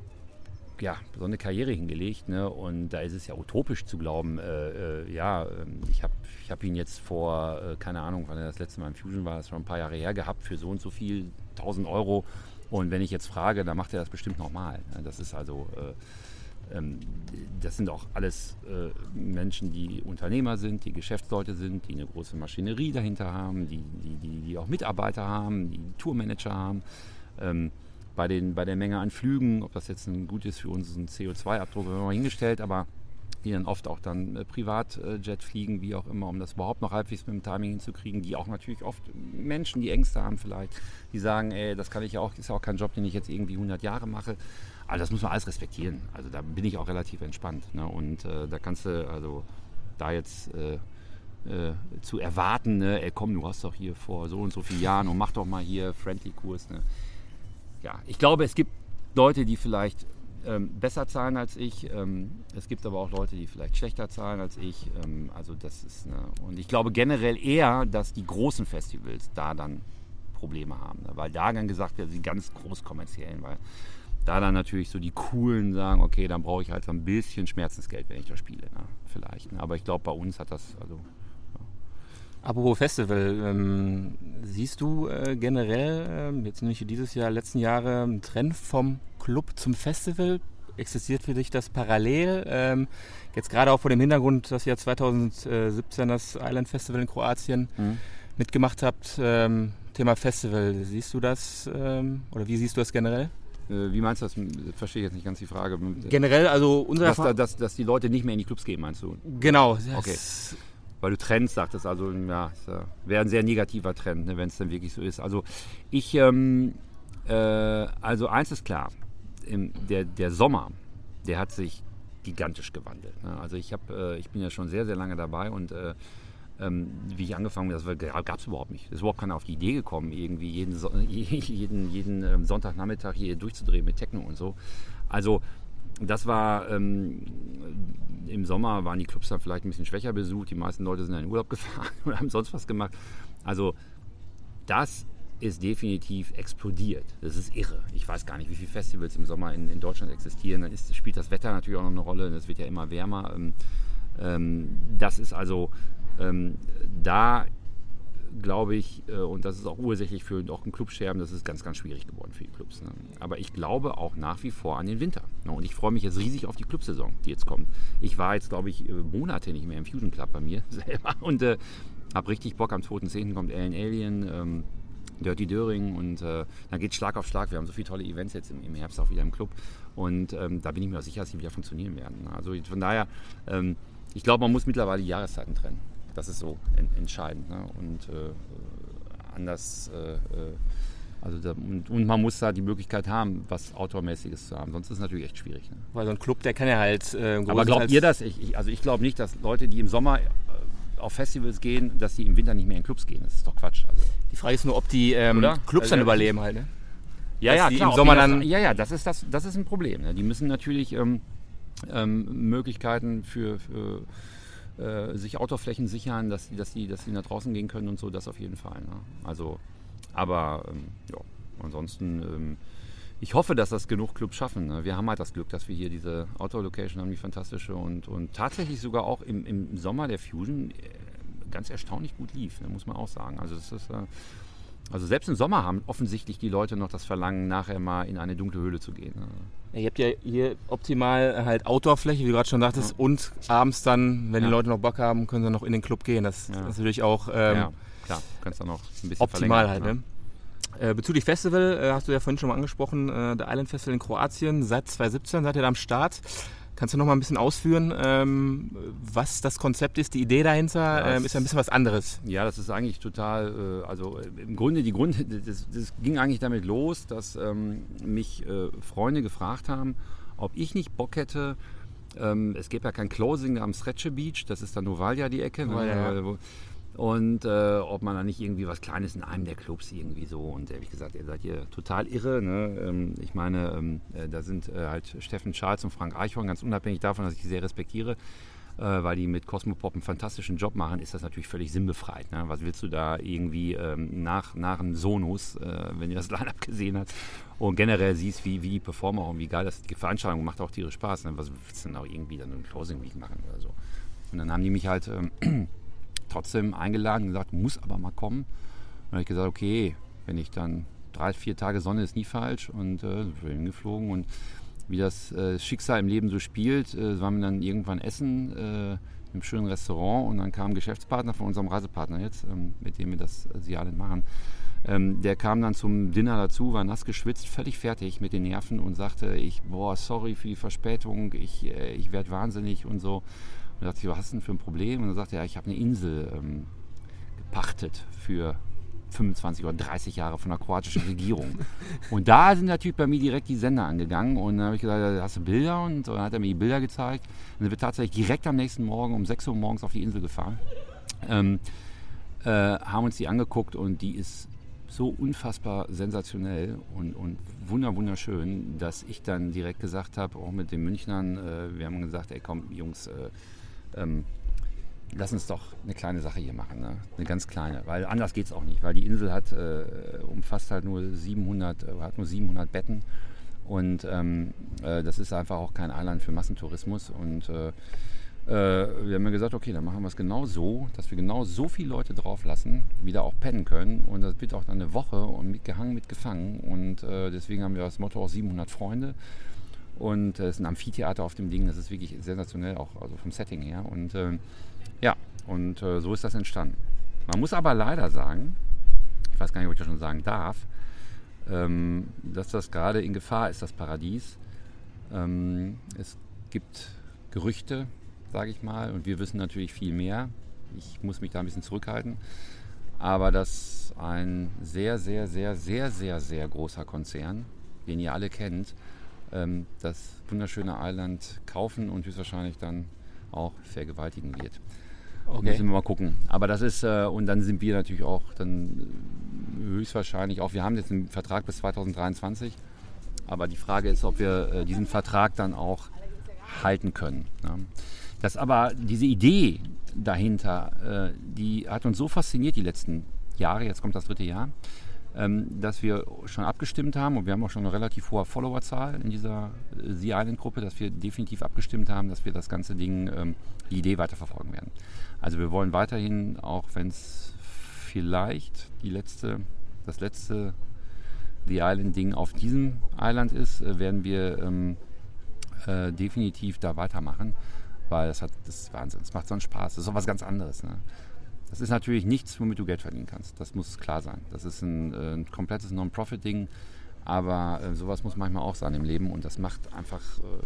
ja, so eine Karriere hingelegt, ne? Und da ist es ja utopisch zu glauben, äh, äh, ja, ich habe ich hab ihn jetzt vor, äh, keine Ahnung, wann er das letzte Mal im Fusion war, das ist schon ein paar Jahre her gehabt, für so und so viel, tausend Euro, und wenn ich jetzt frage, dann macht er das bestimmt nochmal. Ne? Das ist also, äh, ähm, das sind auch alles äh, Menschen, die Unternehmer sind, die Geschäftsleute sind, die eine große Maschinerie dahinter haben, die, die, die, die auch Mitarbeiter haben, die Tourmanager haben, ähm, Bei, den, bei der Menge an Flügen, ob das jetzt ein gut ist für unseren C O zwei Abdruck, haben wir mal hingestellt, aber die dann oft auch dann äh, Privatjet fliegen, wie auch immer, um das überhaupt noch halbwegs mit dem Timing hinzukriegen, die auch natürlich oft Menschen, die Ängste haben vielleicht, die sagen, ey, das kann ich ja auch, ist ja auch kein Job, den ich jetzt irgendwie hundert Jahre mache. Also das muss man alles respektieren. Also da bin ich auch relativ entspannt. Ne? Und äh, da kannst du, also da jetzt äh, äh, zu erwarten, ne? Ey komm, du hast doch hier vor so und so vielen Jahren und mach doch mal hier Friendly-Kurs, ne? Ja, ich glaube, es gibt Leute, die vielleicht ähm, besser zahlen als ich. Ähm, es gibt aber auch Leute, die vielleicht schlechter zahlen als ich. Ähm, also das ist eine, und ich glaube generell eher, dass die großen Festivals da dann Probleme haben. Ne? Weil da dann gesagt wird, die ganz groß kommerziellen, weil da dann natürlich so die Coolen sagen, okay, dann brauche ich halt so ein bisschen Schmerzensgeld, wenn ich da spiele. Ne? Vielleicht. Ne? Aber ich glaube, bei uns hat das, also Apropos Festival, ähm, siehst du äh, generell, äh, jetzt nicht dieses Jahr, letzten Jahre, einen Trend vom Club zum Festival? Existiert für dich das parallel? Ähm, jetzt gerade auch vor dem Hintergrund, dass ihr zwanzig siebzehn das Island Festival in Kroatien mhm. mitgemacht habt. Ähm, Thema Festival, siehst du das ähm, oder wie siehst du das generell? Äh, wie meinst du das? Verstehe ich jetzt nicht ganz die Frage. Generell, also unsere dass, da, dass, dass die Leute nicht mehr in die Clubs gehen, meinst du? Genau. Okay. Weil du Trends sagtest, also ja, wäre ein sehr negativer Trend, ne, wenn es dann wirklich so ist. Also ich, ähm, äh, also eins ist klar, im, der, der Sommer, der hat sich gigantisch gewandelt. Ne? Also ich, hab, äh, ich bin ja schon sehr, sehr lange dabei und äh, ähm, wie ich angefangen habe, das gab es überhaupt nicht. Es ist überhaupt keiner auf die Idee gekommen, irgendwie jeden, so- jeden, jeden ähm, Sonntagnachmittag hier durchzudrehen mit Techno und so. Also das war, ähm, im Sommer waren die Clubs dann vielleicht ein bisschen schwächer besucht, die meisten Leute sind in den Urlaub gefahren oder haben sonst was gemacht. Also das ist definitiv explodiert. Das ist irre. Ich weiß gar nicht, wie viele Festivals im Sommer in, in Deutschland existieren. Dann ist, spielt das Wetter natürlich auch noch eine Rolle, es wird ja immer wärmer. Ähm, ähm, das ist also ähm, da glaube ich, äh, und das ist auch ursächlich für auch ein Clubscherben, das ist ganz, ganz schwierig geworden für die Clubs. Ne? Aber ich glaube auch nach wie vor an den Winter. Ne? Und ich freue mich jetzt riesig auf die Clubsaison, die jetzt kommt. Ich war jetzt, glaube ich, Monate nicht mehr im Fusion Club bei mir selber und äh, habe richtig Bock. Am zweiten zehnten kommt Alien Alien, ähm, Dirty Döring und äh, dann geht Schlag auf Schlag. Wir haben so viele tolle Events jetzt im, im Herbst auch wieder im Club und ähm, da bin ich mir auch sicher, dass die wieder funktionieren werden. Also von daher, ähm, ich glaube, man muss mittlerweile die Jahreszeiten trennen. Das ist so en- entscheidend. Ne? Und äh, anders, äh, also da, und, und man muss da die Möglichkeit haben, was Outdoor-mäßiges zu haben. Sonst ist es natürlich echt schwierig. Ne? Weil so ein Club, der kann ja halt... Äh, Aber glaubt ihr das? Ich, ich, also ich glaube nicht, dass Leute, die im Sommer äh, auf Festivals gehen, dass die im Winter nicht mehr in Clubs gehen. Das ist doch Quatsch. Also. Die Frage ist nur, ob die ähm, Clubs also, dann überleben halt. Ne? Ja, dass ja, die klar. Im Sommer das, dann ja, ja, das ist, das, das ist ein Problem. Ne? Die müssen natürlich ähm, ähm, Möglichkeiten für... für sich Outdoor-Flächen sichern, dass die, dass, die, dass die nach draußen gehen können und so, das auf jeden Fall. Ne? Also, aber ähm, ja, ansonsten, ähm, ich hoffe, dass das genug Clubs schaffen. Ne? Wir haben halt das Glück, dass wir hier diese Outdoor-Location haben, die fantastische und, und tatsächlich sogar auch im, im Sommer der Fusion äh, ganz erstaunlich gut lief, ne? Muss man auch sagen. Also das ist, äh, also selbst im Sommer haben offensichtlich die Leute noch das Verlangen, nachher mal in eine dunkle Höhle zu gehen. Ne? Ja, ihr habt ja hier optimal halt Outdoor-Fläche, wie du gerade schon sagtest, ja. Und abends dann, wenn ja. die Leute noch Bock haben, können sie noch in den Club gehen. Das ja. ist natürlich auch ähm, ja, klar. Du kannst dann noch ein bisschen optimal halt. Ne? Äh, bezüglich Festival, äh, hast du ja vorhin schon mal angesprochen, äh, der Island Festival in Kroatien, seit zwanzig siebzehn seid ihr da am Start. Kannst du noch mal ein bisschen ausführen, ähm, was das Konzept ist, die Idee dahinter? Ja, ähm, ist ja ein bisschen was anderes. Ja, das ist eigentlich total, äh, also äh, im Grunde, die Gründe, das, das ging eigentlich damit los, dass ähm, mich äh, Freunde gefragt haben, ob ich nicht Bock hätte, ähm, es gibt ja kein Closing am Sreće Beach, das ist dann Novalja die Ecke, oh, ne, ja. wo, und äh, ob man da nicht irgendwie was Kleines in einem der Clubs irgendwie so, und da habe ich gesagt, ihr seid hier total irre, ne? ähm, ich meine, ähm, äh, da sind äh, halt Steffen Charles und Frank Eichhorn, ganz unabhängig davon, dass ich die sehr respektiere, äh, weil die mit Cosmopop einen fantastischen Job machen, ist das natürlich völlig sinnbefreit, ne? Was willst du da irgendwie ähm, nach, nach einem Sonus, äh, wenn du das Line-Up gesehen hast und generell siehst, wie, wie die performen auch und wie geil das die Veranstaltung macht, auch tierisch Spaß, ne? Was willst du denn auch irgendwie dann ein Closing Week machen oder so? Und dann haben die mich halt ähm, trotzdem eingeladen und gesagt, muss aber mal kommen. Und dann habe ich gesagt, okay, wenn ich dann drei, vier Tage Sonne ist nie falsch, und äh, sind wir hingeflogen, und wie das äh, Schicksal im Leben so spielt, äh, waren wir dann irgendwann essen äh, im schönen Restaurant, und dann kam ein Geschäftspartner von unserem Reisepartner jetzt, ähm, mit dem wir das äh, Island machen. Ähm, der kam dann zum Dinner dazu, war nass geschwitzt, völlig fertig mit den Nerven und sagte, ich, boah, sorry für die Verspätung, ich, äh, ich werde wahnsinnig und so. Und da dachte ich, was hast du denn für ein Problem? Und dann sagte er, ja, ich habe eine Insel ähm, gepachtet für fünfundzwanzig oder dreißig Jahre von der kroatischen Regierung. Und da sind natürlich bei mir direkt die Sender angegangen, und dann habe ich gesagt, hast du Bilder? Und dann hat er mir die Bilder gezeigt, und dann wird tatsächlich direkt am nächsten Morgen um sechs Uhr morgens auf die Insel gefahren. Ähm, äh, haben uns die angeguckt, und die ist so unfassbar sensationell und, und wunder, wunderschön, dass ich dann direkt gesagt habe, auch mit den Münchnern, äh, wir haben gesagt, ey komm Jungs, äh, ähm, lass uns doch eine kleine Sache hier machen, ne? Eine ganz kleine, weil anders geht es auch nicht, weil die Insel hat äh, umfasst halt nur siebenhundert, äh, hat nur siebenhundert Betten und ähm, äh, das ist einfach auch kein Eiland für Massentourismus und äh, äh, wir haben ja gesagt, okay, dann machen wir es genau so, dass wir genau so viele Leute drauf lassen, wie da auch pennen können und das wird auch dann eine Woche und mitgehangen, mitgefangen und äh, deswegen haben wir das Motto auch siebenhundert Freunde und es äh, ist ein Amphitheater auf dem Ding, das ist wirklich sensationell, auch also vom Setting her und äh, ja, und äh, so ist das entstanden. Man muss aber leider sagen, ich weiß gar nicht, ob ich das schon sagen darf, ähm, dass das gerade in Gefahr ist, das Paradies. Ähm, es gibt Gerüchte, sage ich mal, und wir wissen natürlich viel mehr. Ich muss mich da ein bisschen zurückhalten. Aber dass ein sehr, sehr, sehr, sehr, sehr, sehr großer Konzern, den ihr alle kennt, ähm, das wunderschöne Eiland kaufen und höchstwahrscheinlich dann auch vergewaltigen wird. Okay. Müssen wir mal gucken. Aber das ist, äh, und dann sind wir natürlich auch dann höchstwahrscheinlich auch, wir haben jetzt einen Vertrag bis zweitausenddreiundzwanzig, aber die Frage ist, ob wir äh, diesen Vertrag dann auch halten können. Ne? Das aber, diese Idee dahinter, äh, die hat uns so fasziniert die letzten Jahre, jetzt kommt das dritte Jahr, ähm, dass wir schon abgestimmt haben und wir haben auch schon eine relativ hohe Followerzahl in dieser äh, The Island-Gruppe, dass wir definitiv abgestimmt haben, dass wir das ganze Ding, ähm, die Idee weiterverfolgen werden. Also wir wollen weiterhin, auch wenn es vielleicht die letzte, das letzte The Island-Ding auf diesem Island ist, äh, werden wir ähm, äh, definitiv da weitermachen, weil das hat, das ist Wahnsinn, es macht so einen Spaß, das ist auch was ganz anderes. Ne? Das ist natürlich nichts, womit du Geld verdienen kannst, das muss klar sein. Das ist ein, äh, ein komplettes Non-Profit-Ding, aber äh, sowas muss manchmal auch sein im Leben und das macht einfach,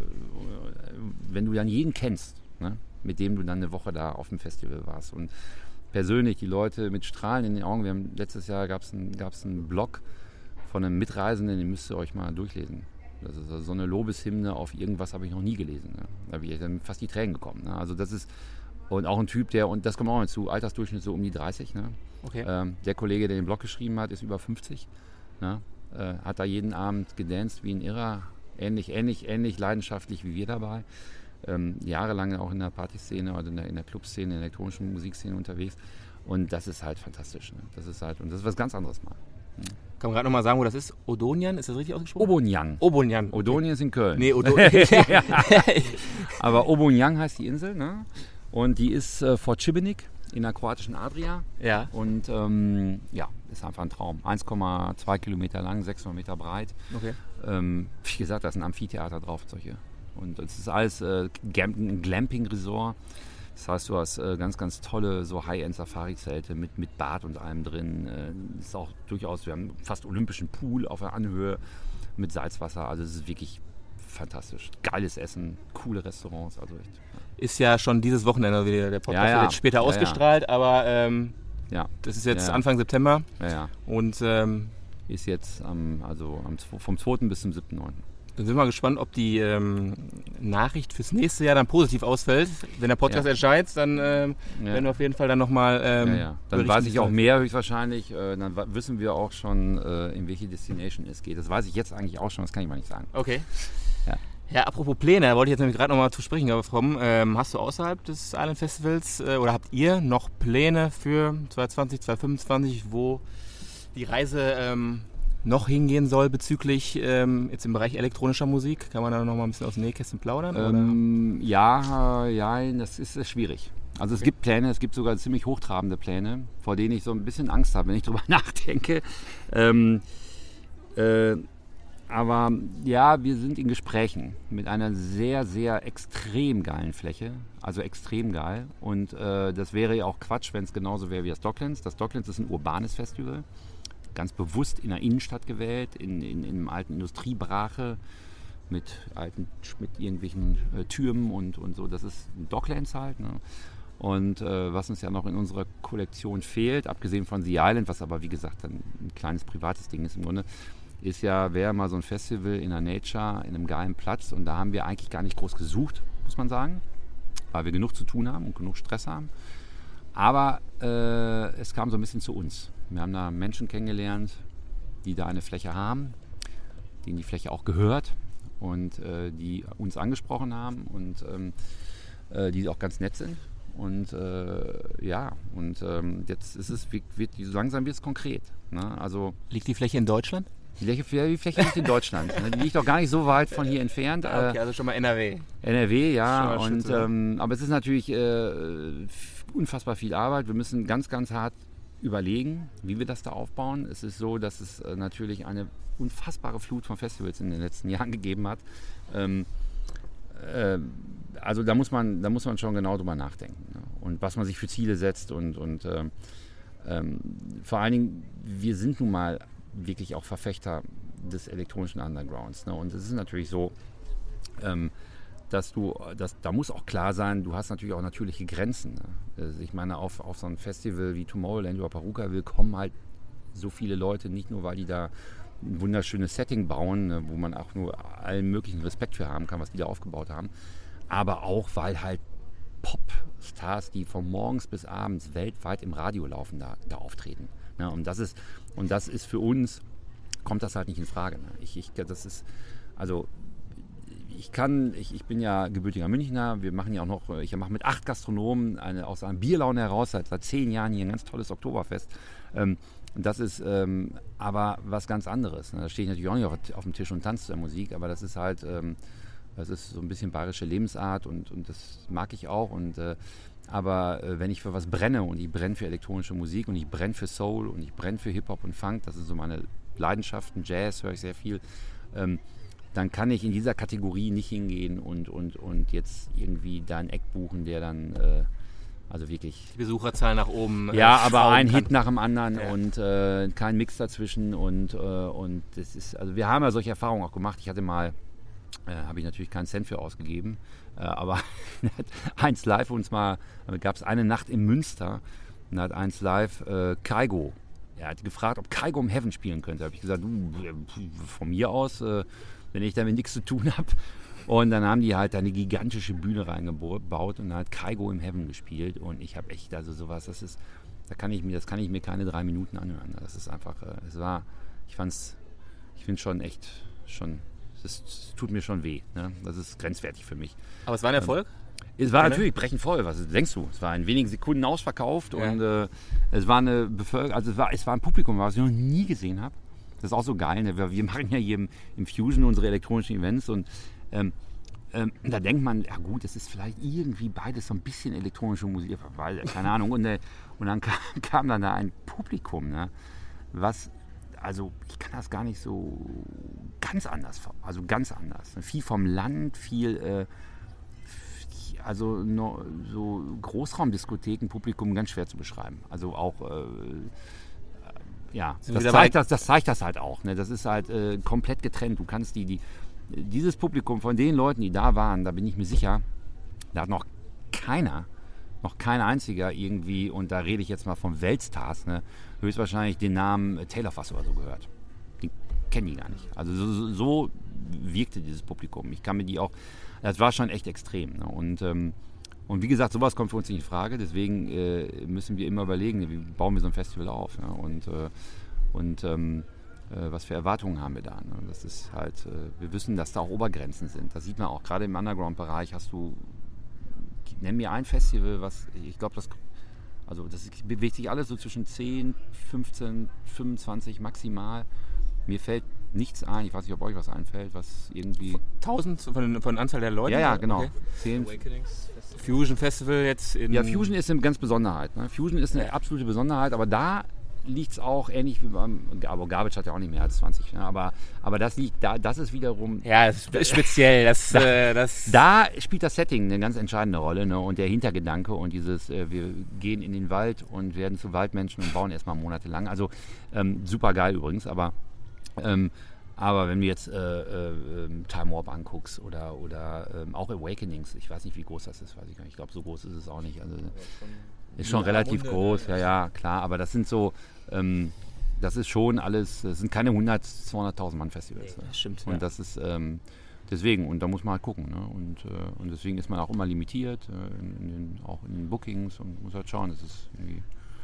äh, wenn du dann jeden kennst, ne? Mit dem du dann eine Woche da auf dem Festival warst. Und persönlich die Leute mit Strahlen in den Augen. Wir haben letztes Jahr gab es einen, gab's einen Blog von einem Mitreisenden, den müsst ihr euch mal durchlesen. Das ist also so eine Lobeshymne auf irgendwas, habe ich noch nie gelesen. Ne? Da bin ich dann fast die Tränen gekommen. Ne? Also das ist und auch ein Typ, der, und das kommt auch hinzu, Altersdurchschnitt so um die dreißig. Ne? Okay. Ähm, der Kollege, der den Blog geschrieben hat, ist über fünfzig. Ne? Äh, hat da jeden Abend gedanced wie ein Irrer. Ähnlich, ähnlich, ähnlich leidenschaftlich wie wir dabei. Ähm, jahrelang auch in der Partyszene oder in der, in der Clubszene, in der elektronischen Musikszene unterwegs. Und das ist halt fantastisch. Ne? Das ist halt, und das ist was ganz anderes mal. Ja. Kann man gerade nochmal sagen, wo das ist? Odonian, ist das richtig ausgesprochen? Obonjang. Obonjang. Okay. Odonian ist in Köln. Nee, Odonian. Aber Obonjang heißt die Insel, ne? Und die ist äh, vor Šibenik in der kroatischen Adria. Ja. Und ähm, ja, ist einfach ein Traum. eins Komma zwei Kilometer lang, sechshundert Meter breit. Okay. Ähm, wie gesagt, da ist ein Amphitheater drauf, solche. Und es ist alles äh, ein Glamping-Resort. Das heißt, du hast äh, ganz, ganz tolle so High-End-Safari-Zelte mit, mit Bad und allem drin. Äh, ist auch durchaus, wir haben fast olympischen Pool auf der Anhöhe mit Salzwasser. Also es ist wirklich fantastisch. Geiles Essen, coole Restaurants. Also echt, ja. Ist ja schon dieses Wochenende wieder, der Podcast ja, ja. wird später ja, ausgestrahlt, ja. aber ähm, ja. das ist jetzt ja. Anfang September. Ja, ja. Und ähm, ist jetzt am, also am, vom zweiten bis zum siebten neunten Dann sind wir mal gespannt, ob die ähm, Nachricht fürs nächste Jahr dann positiv ausfällt. Wenn der Podcast ja. erscheint, dann ähm, ja. werden wir auf jeden Fall dann nochmal ähm, ja, ja. Dann weiß ich auch mehr höchstwahrscheinlich. Äh, dann wissen wir auch schon, äh, in welche Destination es geht. Das weiß ich jetzt eigentlich auch schon, das kann ich mal nicht sagen. Okay. Ja, ja apropos Pläne, da wollte ich jetzt nämlich gerade nochmal zu sprechen kommen. Ähm, hast du außerhalb des Island Festivals äh, oder habt ihr noch Pläne für zwanzig zwanzig, zwanzig fünfundzwanzig, wo die Reise ähm, noch hingehen soll bezüglich ähm, jetzt im Bereich elektronischer Musik? Kann man da noch mal ein bisschen aus dem Nähkästchen plaudern? Ähm, ja, ja, das ist, ist schwierig. Also es okay. gibt Pläne, es gibt sogar ziemlich hochtrabende Pläne, vor denen ich so ein bisschen Angst habe, wenn ich drüber nachdenke. Ähm, äh, aber ja, wir sind in Gesprächen mit einer sehr, sehr extrem geilen Fläche. Also extrem geil. Und äh, das wäre ja auch Quatsch, wenn es genauso wäre wie das Docklands. Das Docklands ist ein urbanes Festival. Ganz bewusst in der Innenstadt gewählt, in, in, in einem alten Industriebrache mit alten, mit irgendwelchen äh, Türmen und, und so. Das ist ein Docklands halt. Ne? Und äh, was uns ja noch in unserer Kollektion fehlt, abgesehen von The Island, was aber wie gesagt dann ein kleines privates Ding ist im Grunde, ist ja, wäre mal so ein Festival in der Nature, in einem geilen Platz. Und da haben wir eigentlich gar nicht groß gesucht, muss man sagen, weil wir genug zu tun haben und genug Stress haben. Aber äh, es kam so ein bisschen zu uns. Wir haben da Menschen kennengelernt, die da eine Fläche haben, denen die Fläche auch gehört und äh, die uns angesprochen haben und ähm, äh, die auch ganz nett sind. Und äh, ja, und ähm, jetzt ist es, wird, wird, so langsam wird es konkret. Ne? Also, liegt die Fläche in Deutschland? Die Fläche, die Fläche liegt in Deutschland. Die liegt auch gar nicht so weit von hier entfernt. Ah, okay, also schon mal N R W. N R W, ja. Und, ähm, aber es ist natürlich äh, unfassbar viel Arbeit. Wir müssen ganz, ganz hart überlegen, wie wir das da aufbauen. Es ist so, dass es äh, natürlich eine unfassbare Flut von Festivals in den letzten Jahren gegeben hat. Ähm, äh, also da muss man, da muss man schon genau drüber nachdenken. Ne? Und was man sich für Ziele setzt. Und, und äh, ähm, vor allen Dingen, wir sind nun mal wirklich auch Verfechter des elektronischen Undergrounds. Ne? Und es ist natürlich so, ähm, dass du, dass, da muss auch klar sein, du hast natürlich auch natürliche Grenzen. Ne? Also ich meine, auf, auf so ein Festival wie Tomorrowland oder Paruka kommen halt so viele Leute, nicht nur, weil die da ein wunderschönes Setting bauen, ne? Wo man auch nur allen möglichen Respekt für haben kann, was die da aufgebaut haben, aber auch, weil halt Popstars, die von morgens bis abends weltweit im Radio laufen, da, da auftreten. Ne? Und das ist, und das ist für uns, kommt das halt nicht in Frage. Ne? Ich, ich, das ist, also ich kann, ich, ich bin ja gebürtiger Münchner, wir machen ja auch noch, ich mache mit acht Gastronomen eine, aus einer Bierlaune heraus, seit, seit zehn Jahren hier ein ganz tolles Oktoberfest. Ähm, das ist ähm, aber was ganz anderes. Ne? Da stehe ich natürlich auch nicht auf, auf dem Tisch und tanze zur Musik, aber das ist halt, ähm, das ist so ein bisschen bayerische Lebensart und, und das mag ich auch. Und, äh, aber äh, wenn ich für was brenne und ich brenne für elektronische Musik und ich brenne für Soul und ich brenne für Hip-Hop und Funk, das sind so meine Leidenschaften, Jazz höre ich sehr viel, ähm, dann kann ich in dieser Kategorie nicht hingehen und, und, und jetzt irgendwie da einen Act buchen, der dann äh, also wirklich... Die Besucherzahlen nach oben. Ja, äh, aber ein kann. Hit nach dem anderen ja. und äh, kein Mix dazwischen und, äh, und das ist, also wir haben ja solche Erfahrungen auch gemacht. Ich hatte mal, äh, habe ich natürlich keinen Cent für ausgegeben, äh, aber eins Live uns mal, gab es eine Nacht in Münster und hat eins Live äh, Kygo. Er hat gefragt, ob Kygo im Heaven spielen könnte. Da habe ich gesagt, du, von mir aus... Äh, wenn ich damit nichts zu tun habe. Und dann haben die halt eine gigantische Bühne reingebaut und dann hat Kygo im Heaven gespielt und ich habe echt, also sowas, das ist, da kann ich mir, das kann ich mir keine drei Minuten anhören. Das ist einfach, es war, ich fand's, ich finde schon echt, schon, das tut mir schon weh. Ne? Das ist grenzwertig für mich. Aber es war ein Erfolg? Es war natürlich brechend voll, was denkst du? Es war in wenigen Sekunden ausverkauft ja. und äh, es war eine Bevölkerung, also es war, es war ein Publikum, was ich noch nie gesehen habe. Das ist auch so geil, ne? wir, wir machen ja hier im, im Fusion unsere elektronischen Events und ähm, ähm, da denkt man, ja gut, das ist vielleicht irgendwie beides so ein bisschen elektronische Musik, weil, keine Ahnung. Und, äh, und dann kam, kam dann da ein Publikum, ne? Was, also ich kann das gar nicht so ganz anders, also ganz anders. Ne? Viel vom Land, viel, äh, also no, so Großraumdiskotheken, Publikum ganz schwer zu beschreiben. Also auch... Äh, Ja, das zeigt das, das zeigt das halt auch. Ne? Das ist halt äh, komplett getrennt. Du kannst die, die, dieses Publikum von den Leuten, die da waren, da bin ich mir sicher, da hat noch keiner, noch kein einziger irgendwie, und da rede ich jetzt mal von Weltstars, ne, höchstwahrscheinlich den Namen Taylor Fass oder so gehört. Die kennen die gar nicht. Also so, so wirkte dieses Publikum. Ich kann mir die auch, das war schon echt extrem. Ne? Und ähm, Und wie gesagt, sowas kommt für uns nicht in Frage. Deswegen äh, müssen wir immer überlegen, wie bauen wir so ein Festival auf. Ne? Und, äh, und ähm, äh, was für Erwartungen haben wir da. Ne? Das ist halt, äh, wir wissen, dass da auch Obergrenzen sind. Das sieht man auch. Gerade im Underground-Bereich hast du, nenn mir ein Festival, was, ich glaube, das, also das bewegt sich alles so zwischen zehn, fünfzehn, fünfundzwanzig maximal. Mir fällt nichts ein, ich weiß nicht, ob euch was einfällt, was irgendwie... tausend von, von Anzahl der Leute? Ja, ja, genau. Okay. zehn, Fusion Festival jetzt in... Ja, Fusion ist eine ganz Besonderheit. Ne? Fusion ist eine ja. absolute Besonderheit, aber da liegt es auch ähnlich wie beim... Aber Garbage hat ja auch nicht mehr als zwanzig. Ne? Aber, aber das liegt da, das ist wiederum... Ja, das ist speziell. Das, da, äh, das da spielt das Setting eine ganz entscheidende Rolle. Ne? Und der Hintergedanke und dieses, äh, wir gehen in den Wald und werden zu Waldmenschen und bauen erstmal monatelang. Also ähm, super geil übrigens, aber... Ähm, aber wenn du jetzt äh, äh, Time Warp anguckst oder, oder ähm, auch Awakenings, ich weiß nicht, wie groß das ist, weiß ich gar nicht. Ich glaube, so groß ist es auch nicht. Also, ist schon relativ Runde, groß, ja, ja, klar. Aber das sind so, ähm, das ist schon alles, das sind keine hundert, zweihunderttausend Mann Festivals. Nee, das stimmt. Und ja. das ist ähm, deswegen, und da muss man halt gucken. Ne? Und, äh, und deswegen ist man auch immer limitiert, äh, in, in den, auch in den Bookings und muss halt schauen, das ist irgendwie...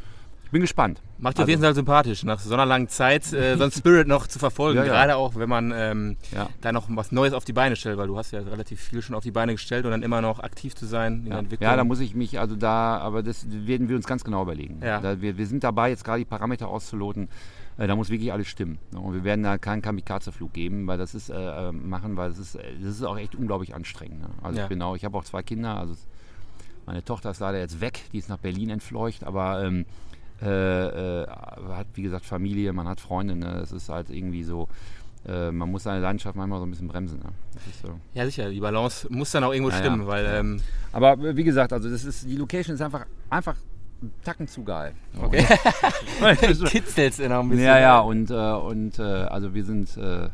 Ich bin gespannt. Macht dir auf jeden Fall sympathisch, nach so einer langen Zeit äh, so einen Spirit noch zu verfolgen. Ja, ja. Gerade auch, wenn man ähm, ja. da noch was Neues auf die Beine stellt, weil du hast ja relativ viel schon auf die Beine gestellt und dann immer noch aktiv zu sein in ja. der Entwicklung. Ja, da muss ich mich, also da, aber das werden wir uns ganz genau überlegen. Ja. Da, wir, wir sind dabei, jetzt gerade die Parameter auszuloten. Äh, da muss wirklich alles stimmen. Und wir werden da keinen Kamikaze-Flug geben, weil das ist, äh, machen, weil das ist, das ist auch echt unglaublich anstrengend. Ne? Also ja. ich bin auch, ich habe auch zwei Kinder, also meine Tochter ist leider jetzt weg, die ist nach Berlin entfleucht, aber ähm, Äh, äh, hat wie gesagt Familie, man hat Freunde, ne? Es ist halt irgendwie so, äh, man muss seine Leidenschaft manchmal so ein bisschen bremsen. Ne? Das ist so. Ja sicher, die Balance muss dann auch irgendwo ja, stimmen, ja. weil ähm aber wie gesagt, also das ist, die Location ist einfach, einfach einen Tacken zu geil. Okay. Kitzelt's noch ein bisschen. Ja, ja, und, äh, und äh, also wir sind äh, äh,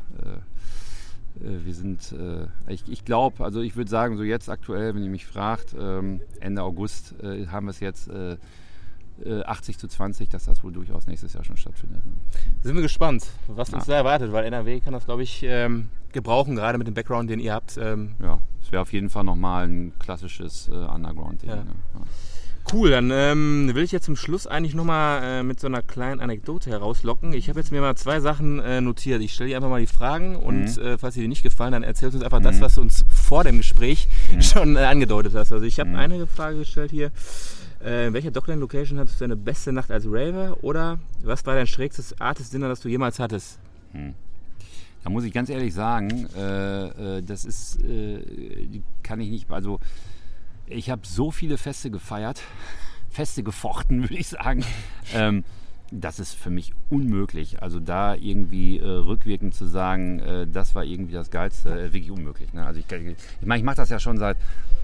wir sind, äh, ich, ich glaube, also ich würde sagen, so jetzt aktuell, wenn ihr mich fragt, ähm, Ende August äh, haben wir es jetzt äh, achtzig zu zwanzig, dass das wohl durchaus nächstes Jahr schon stattfindet. Sind wir gespannt, was uns ja. da erwartet, weil N R W kann das, glaube ich, ähm, gebrauchen, gerade mit dem Background, den ihr habt. Ähm. Ja, es wäre auf jeden Fall nochmal ein klassisches äh, Underground-Ding. Ja. Ne? Ja. Cool, dann ähm, will ich jetzt zum Schluss eigentlich nochmal äh, mit so einer kleinen Anekdote herauslocken. Ich habe jetzt mir mal zwei Sachen äh, notiert. Ich stelle dir einfach mal die Fragen und mhm. äh, falls dir die nicht gefallen, dann erzählst du uns einfach mhm. das, was du uns vor dem Gespräch mhm. schon äh, angedeutet hast. Also ich habe mhm. eine Frage gestellt hier. Äh, in welcher Dockland-Location hattest du deine beste Nacht als Raver oder was war dein schrägstes Artist-Dinner, das du jemals hattest? Hm. Da muss ich ganz ehrlich sagen, äh, äh, das ist, äh, kann ich nicht, also ich habe so viele Feste gefeiert, Feste gefochten, würde ich sagen. ähm, das ist für mich unmöglich. Also da irgendwie äh, rückwirkend zu sagen, äh, das war irgendwie das Geilste, äh, wirklich unmöglich. Ne? Also ich, ich meine, ich mache das ja schon seit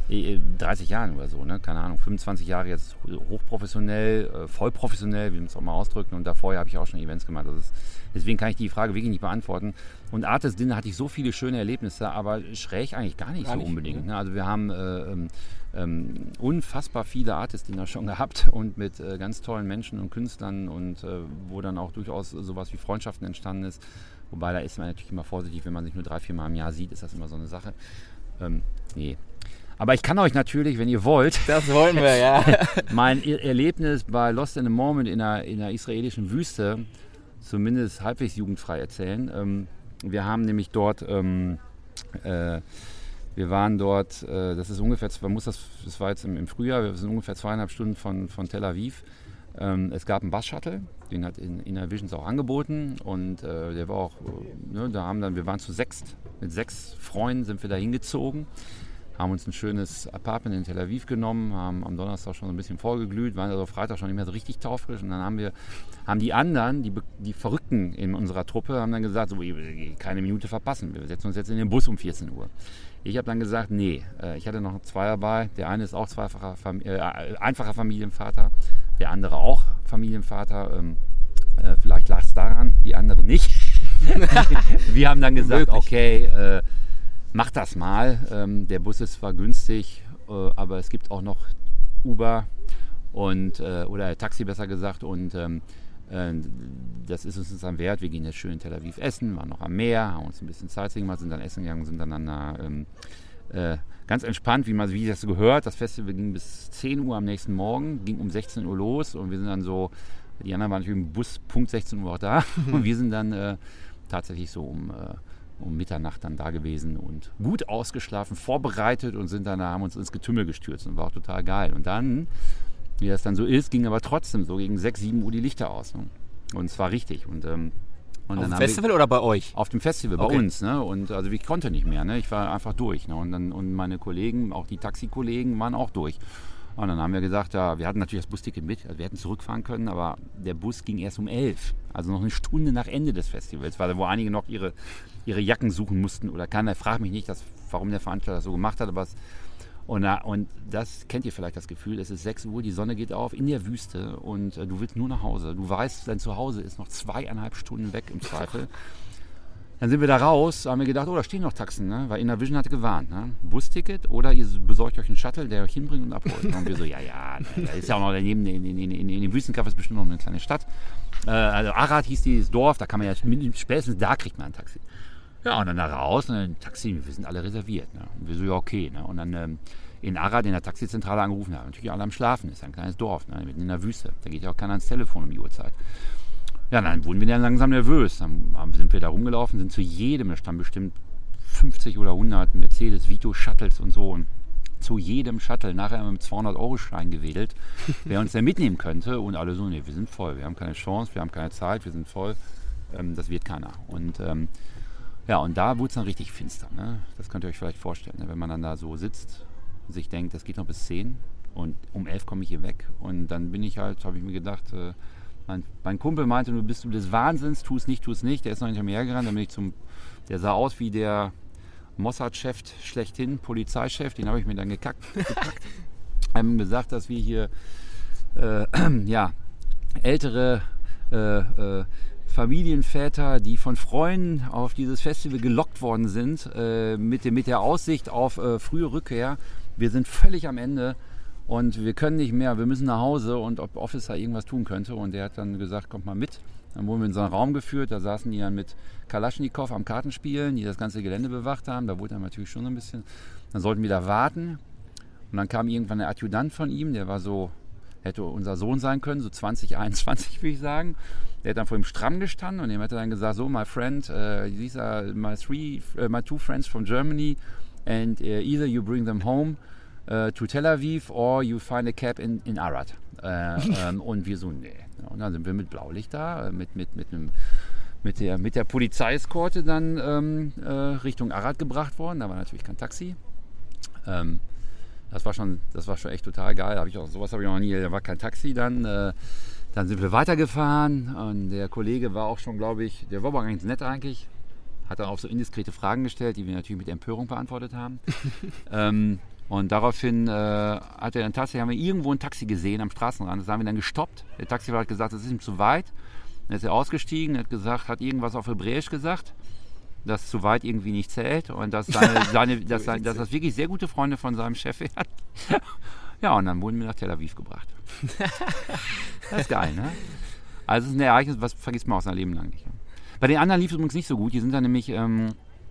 dreißig Jahren oder so, ne? Keine Ahnung, fünfundzwanzig Jahre jetzt hochprofessionell, äh, vollprofessionell, wie man es auch mal ausdrücken. Und davor habe ich auch schon Events gemacht. Das ist, deswegen kann ich die Frage wirklich nicht beantworten. Und Artist Dinner hatte ich so viele schöne Erlebnisse, aber schräg eigentlich gar nicht gar so nicht, unbedingt. Ne? Also wir haben äh, ähm, unfassbar viele Artist Dinner schon gehabt und mit äh, ganz tollen Menschen und Künstlern und äh, wo dann auch durchaus sowas wie Freundschaften entstanden ist. Wobei da ist man natürlich immer vorsichtig, wenn man sich nur drei, vier Mal im Jahr sieht, ist das immer so eine Sache. Ähm, nee. Aber ich kann euch natürlich, wenn ihr wollt, das wollen wir, ja. mein Erlebnis bei Lost in a Moment in der, in der israelischen Wüste zumindest halbwegs jugendfrei erzählen. Ähm, wir haben nämlich dort, ähm, äh, wir waren dort, äh, das ist ungefähr, man muss das, das war jetzt im, im Frühjahr, wir sind ungefähr zweieinhalb Stunden von, von Tel Aviv. Ähm, es gab einen Bus-Shuttle, den hat in, Inner Visions auch angeboten und äh, der war auch, ne, da haben dann, wir waren zu sechs, mit sechs Freunden sind wir da hingezogen. Haben uns ein schönes Apartment in Tel Aviv genommen, haben am Donnerstag schon so ein bisschen vorgeglüht, waren also Freitag schon nicht mehr so richtig taufrisch. Und dann haben wir, haben die anderen, die, die Verrückten in unserer Truppe, haben dann gesagt, so, keine Minute verpassen, wir setzen uns jetzt in den Bus um vierzehn Uhr. Ich habe dann gesagt, nee, ich hatte noch zwei dabei. Der eine ist auch zweifacher Fam- äh, einfacher Familienvater, der andere auch Familienvater. Ähm, äh, vielleicht lag es daran, die anderen nicht. Wir haben dann gesagt, okay, äh, mach das mal. Ähm, der Bus ist zwar günstig, äh, aber es gibt auch noch Uber und, äh, oder Taxi besser gesagt. Und ähm, äh, das ist uns dann wert. Wir gehen jetzt schön in Tel Aviv essen, waren noch am Meer, haben uns ein bisschen Sightseeing gemacht, sind dann essen gegangen, sind dann ähm, äh, ganz entspannt, wie man wie das so gehört. Das Festival ging bis zehn Uhr am nächsten Morgen, ging um sechzehn Uhr los und wir sind dann so, die anderen waren natürlich im Bus Punkt sechzehn Uhr auch da und wir sind dann äh, tatsächlich so um äh, um Mitternacht dann da gewesen und gut ausgeschlafen, vorbereitet und sind dann, haben uns ins Getümmel gestürzt und war auch total geil. Und dann, wie das dann so ist, ging aber trotzdem so gegen sechs, sieben Uhr die Lichter aus. Ne? Und es war richtig. Und, ähm, und auf dann dem Festival wir, oder bei euch? Auf dem Festival, okay. Bei uns. Ne? Und also ich konnte nicht mehr. Ne? Ich war einfach durch. Ne? Und, dann, und meine Kollegen, auch die Taxikollegen, waren auch durch. Und dann haben wir gesagt, ja, wir hatten natürlich das Busticket mit, also wir hätten zurückfahren können, aber der Bus ging erst um elf. Also noch eine Stunde nach Ende des Festivals, weil wo einige noch ihre, ihre Jacken suchen mussten oder keiner, fragt mich nicht, dass, warum der Veranstalter das so gemacht hat, aber es, und, und das kennt ihr vielleicht das Gefühl, es ist sechs Uhr, die Sonne geht auf in der Wüste und äh, du willst nur nach Hause. Du weißt, dein Zuhause ist noch zweieinhalb Stunden weg im Zweifel. Dann sind wir da raus, haben wir gedacht, oh, da stehen noch Taxen, ne? Weil Inner Vision hatte gewarnt, ne? Busticket oder ihr besorgt euch einen Shuttle, der euch hinbringt und abholt. Und wir so, ja, ja, da ist ja auch noch daneben, in, in, in, in, in dem Wüstenkaff ist bestimmt noch eine kleine Stadt. Äh, also Arad hieß dieses Dorf, da kann man ja, spätestens da kriegt man ein Taxi. Ja, und dann da raus, und ein Taxi, wir sind alle reserviert, ne? Und wir so, ja, okay, ne? Und dann ähm, in Arad in der Taxizentrale angerufen, da natürlich alle am Schlafen, ist ja ein kleines Dorf, ne, mitten in der Wüste, da geht ja auch keiner ans Telefon um die Uhrzeit. Ja, dann wurden wir dann langsam nervös, dann sind wir da rumgelaufen, sind zu jedem, da standen bestimmt fünfzig oder hundert Mercedes Vito Shuttles und so, und zu jedem Shuttle nachher mit einem zweihundert-Euro-Schein gewedelt, wer uns denn mitnehmen könnte, und alle so, nee, wir sind voll, wir haben keine Chance, wir haben keine Zeit, wir sind voll, ähm, das wird keiner. Und ähm, ja, und da wurde es dann richtig finster, ne? Das könnt ihr euch vielleicht vorstellen, ne? Wenn man dann da so sitzt und sich denkt, das geht noch bis zehn und um elf komme ich hier weg, und dann bin ich halt, habe ich mir gedacht, äh, mein, mein Kumpel meinte, du bist du des Wahnsinns, tu es nicht, tu es nicht, der ist noch hinter mir hergerannt, dann bin ich zum, der sah aus wie der Mossad-Chef schlechthin, Polizeichef, den habe ich mir dann gekackt, gepackt. Haben gesagt, dass wir hier äh, ja, ältere äh, äh, Familienväter, die von Freunden auf dieses Festival gelockt worden sind, äh, mit, dem, mit der Aussicht auf äh, frühe Rückkehr. Wir sind völlig am Ende und wir können nicht mehr, wir müssen nach Hause, und ob Officer irgendwas tun könnte. Und der hat dann gesagt, kommt mal mit. Dann wurden wir in so einen Raum geführt, da saßen die dann mit Kalaschnikow am Kartenspielen, die das ganze Gelände bewacht haben. Da wurde dann natürlich schon so ein bisschen, dann sollten wir da warten. Und dann kam irgendwann der Adjutant von ihm, der war so, hätte unser Sohn sein können, so zwanzig, einundzwanzig würde ich sagen. Der hat dann vor ihm stramm gestanden, und dem hat er dann gesagt, so, my friend, uh, these are my, three, uh, my two friends from Germany, and uh, either you bring them home uh, to Tel Aviv or you find a cab in, in Arad. Uh, um, und wir so, nee. Und dann sind wir mit Blaulicht da, mit, mit, mit, einem, mit, der, mit der Polizeieskorte dann ähm, äh, Richtung Arad gebracht worden. Da war natürlich kein Taxi. Ähm, das, war schon, das war schon echt total geil. Hab ich auch, sowas habe ich noch nie, da war kein Taxi dann. Äh, dann sind wir weitergefahren, und der Kollege war auch schon, glaube ich, der war aber ganz nett eigentlich. Hat dann auch so indiskrete Fragen gestellt, die wir natürlich mit Empörung beantwortet haben. ähm, Und daraufhin äh, hat er dann tatsächlich, haben wir irgendwo ein Taxi gesehen am Straßenrand. Das haben wir dann gestoppt. Der Taxifahrer hat gesagt, das ist ihm zu weit. Dann ist er ausgestiegen, hat gesagt, hat irgendwas auf Hebräisch gesagt, dass zu weit irgendwie nicht zählt, und dass, seine, seine, dass, dass das wirklich sehr gute Freunde von seinem Chef hat. Ja, und dann wurden wir nach Tel Aviv gebracht. Das ist geil, ne? Also es ist ein Ereignis, was vergisst man auch sein Leben lang nicht. Bei den anderen lief es übrigens nicht so gut. Die sind dann nämlich, ähm,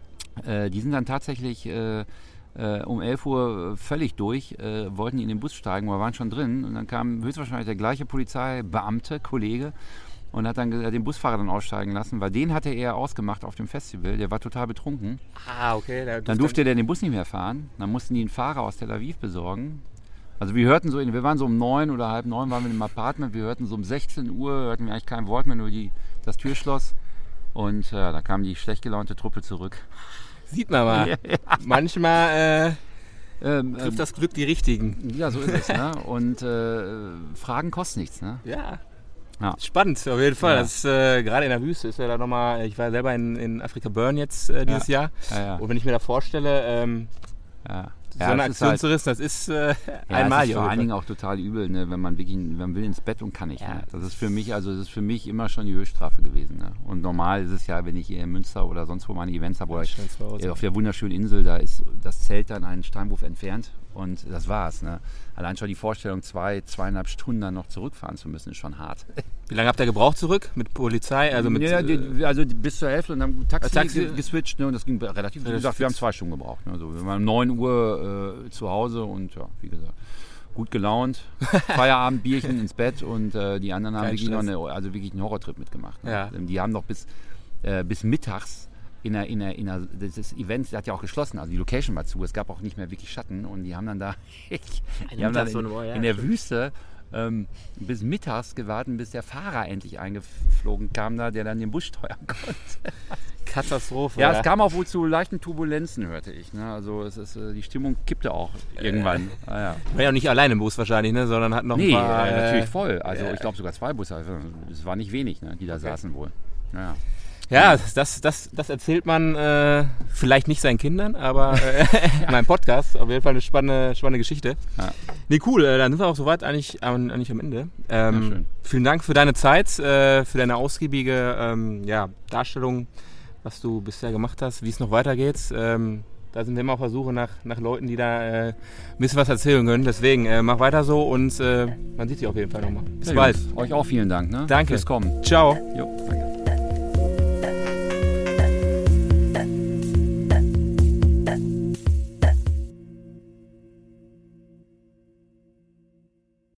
äh, die sind dann tatsächlich äh, äh, um elf Uhr völlig durch, äh, wollten in den Bus steigen, aber waren schon drin. Und dann kam höchstwahrscheinlich der gleiche Polizeibeamte, Kollege, und hat dann den Busfahrer dann aussteigen lassen, weil den hatte er ausgemacht auf dem Festival. Der war total betrunken. Ah, okay. Da dann durfte der den Bus nicht mehr fahren. Dann mussten die einen Fahrer aus Tel Aviv besorgen. Also wir hörten so, wir waren so um neun oder halb neun, waren wir im Apartment. Wir hörten so um sechzehn Uhr, hörten wir eigentlich kein Wort mehr, nur die, das Türschloss. Und ja, da kam die schlecht gelaunte Truppe zurück. Sieht man mal. Ja. Manchmal äh, ähm, trifft das Glück die Richtigen. Ja, so ist es. Ne? Und äh, Fragen kosten nichts. Ne? Ja. Ja. Spannend, auf jeden Fall. Ja. Das ist äh, gerade in der Wüste ist ja da nochmal, ich war selber in, in Afrika Burn jetzt äh, dieses ja. Jahr. Ja, ja. Und wenn ich mir da vorstelle, ähm, ja. so ja, eine Aktion halt, zu rissen, das ist äh, ja, einmal. Das ist vor allen Dingen auch total übel, ne? Wenn man wirklich, man will ins Bett und kann nicht. Ja, ne? Das ist für mich, also das ist für mich immer schon die Höchststrafe gewesen. Ne? Und normal ist es ja, wenn ich hier in Münster oder sonst wo meine Events habe, oder ich, auf der wunderschönen Insel, da ist das Zelt dann einen Steinwurf entfernt, und das war's. Ne? Allein schon die Vorstellung, zwei, zweieinhalb Stunden dann noch zurückfahren zu müssen, ist schon hart. Wie lange habt ihr gebraucht zurück? Mit Polizei? Also, mit, ja, die, also bis zur Hälfte, und dann Taxi, Taxi geswitcht, ne, und das ging relativ, wie gesagt, wir haben zwei Stunden gebraucht. Ne, also wir waren um neun Uhr äh, zu Hause, und ja, wie gesagt, gut gelaunt, Feierabendbierchen ins Bett, und äh, die anderen haben wirklich, noch eine, also wirklich einen Horrortrip mitgemacht. Ne? Ja. Die haben noch bis, äh, bis mittags in der, in der, in der, das Event, das hat ja auch geschlossen, also die Location war zu, es gab auch nicht mehr wirklich Schatten, und die haben dann da, die haben dann in, in der Wüste ähm, bis mittags gewartet, bis der Fahrer endlich eingeflogen kam, da, der dann den Bus steuern konnte. Katastrophe. Ja, ja, es kam auch wohl zu leichten Turbulenzen, hörte ich. Ne? Also es ist, die Stimmung kippte auch irgendwann. Äh, ah, ja. War ja auch nicht allein im Bus wahrscheinlich, ne? Sondern hat noch nee, ein paar... äh, äh, natürlich voll. Also äh, ich glaube sogar zwei Busse. Also, es war nicht wenig, ne? Die da okay. saßen wohl. Naja. Ja, das, das, das erzählt man äh, vielleicht nicht seinen Kindern, aber äh, in meinem Podcast auf jeden Fall eine spannende, spannende Geschichte. Ja. Nee, cool, äh, dann sind wir auch soweit eigentlich, eigentlich am Ende. Ähm, ja, schön. Vielen Dank für deine Zeit, äh, für deine ausgiebige ähm, ja, Darstellung, was du bisher gemacht hast, wie es noch weitergeht. Ähm, da sind wir immer auf der Suche nach, nach Leuten, die da äh, ein bisschen was erzählen können. Deswegen äh, mach weiter so, und äh, man sieht sich auf jeden Fall nochmal. Bis ja, bald. Jungs, euch auch vielen Dank. Ne? Danke. Fürs Kommen. Ciao. Jo, danke.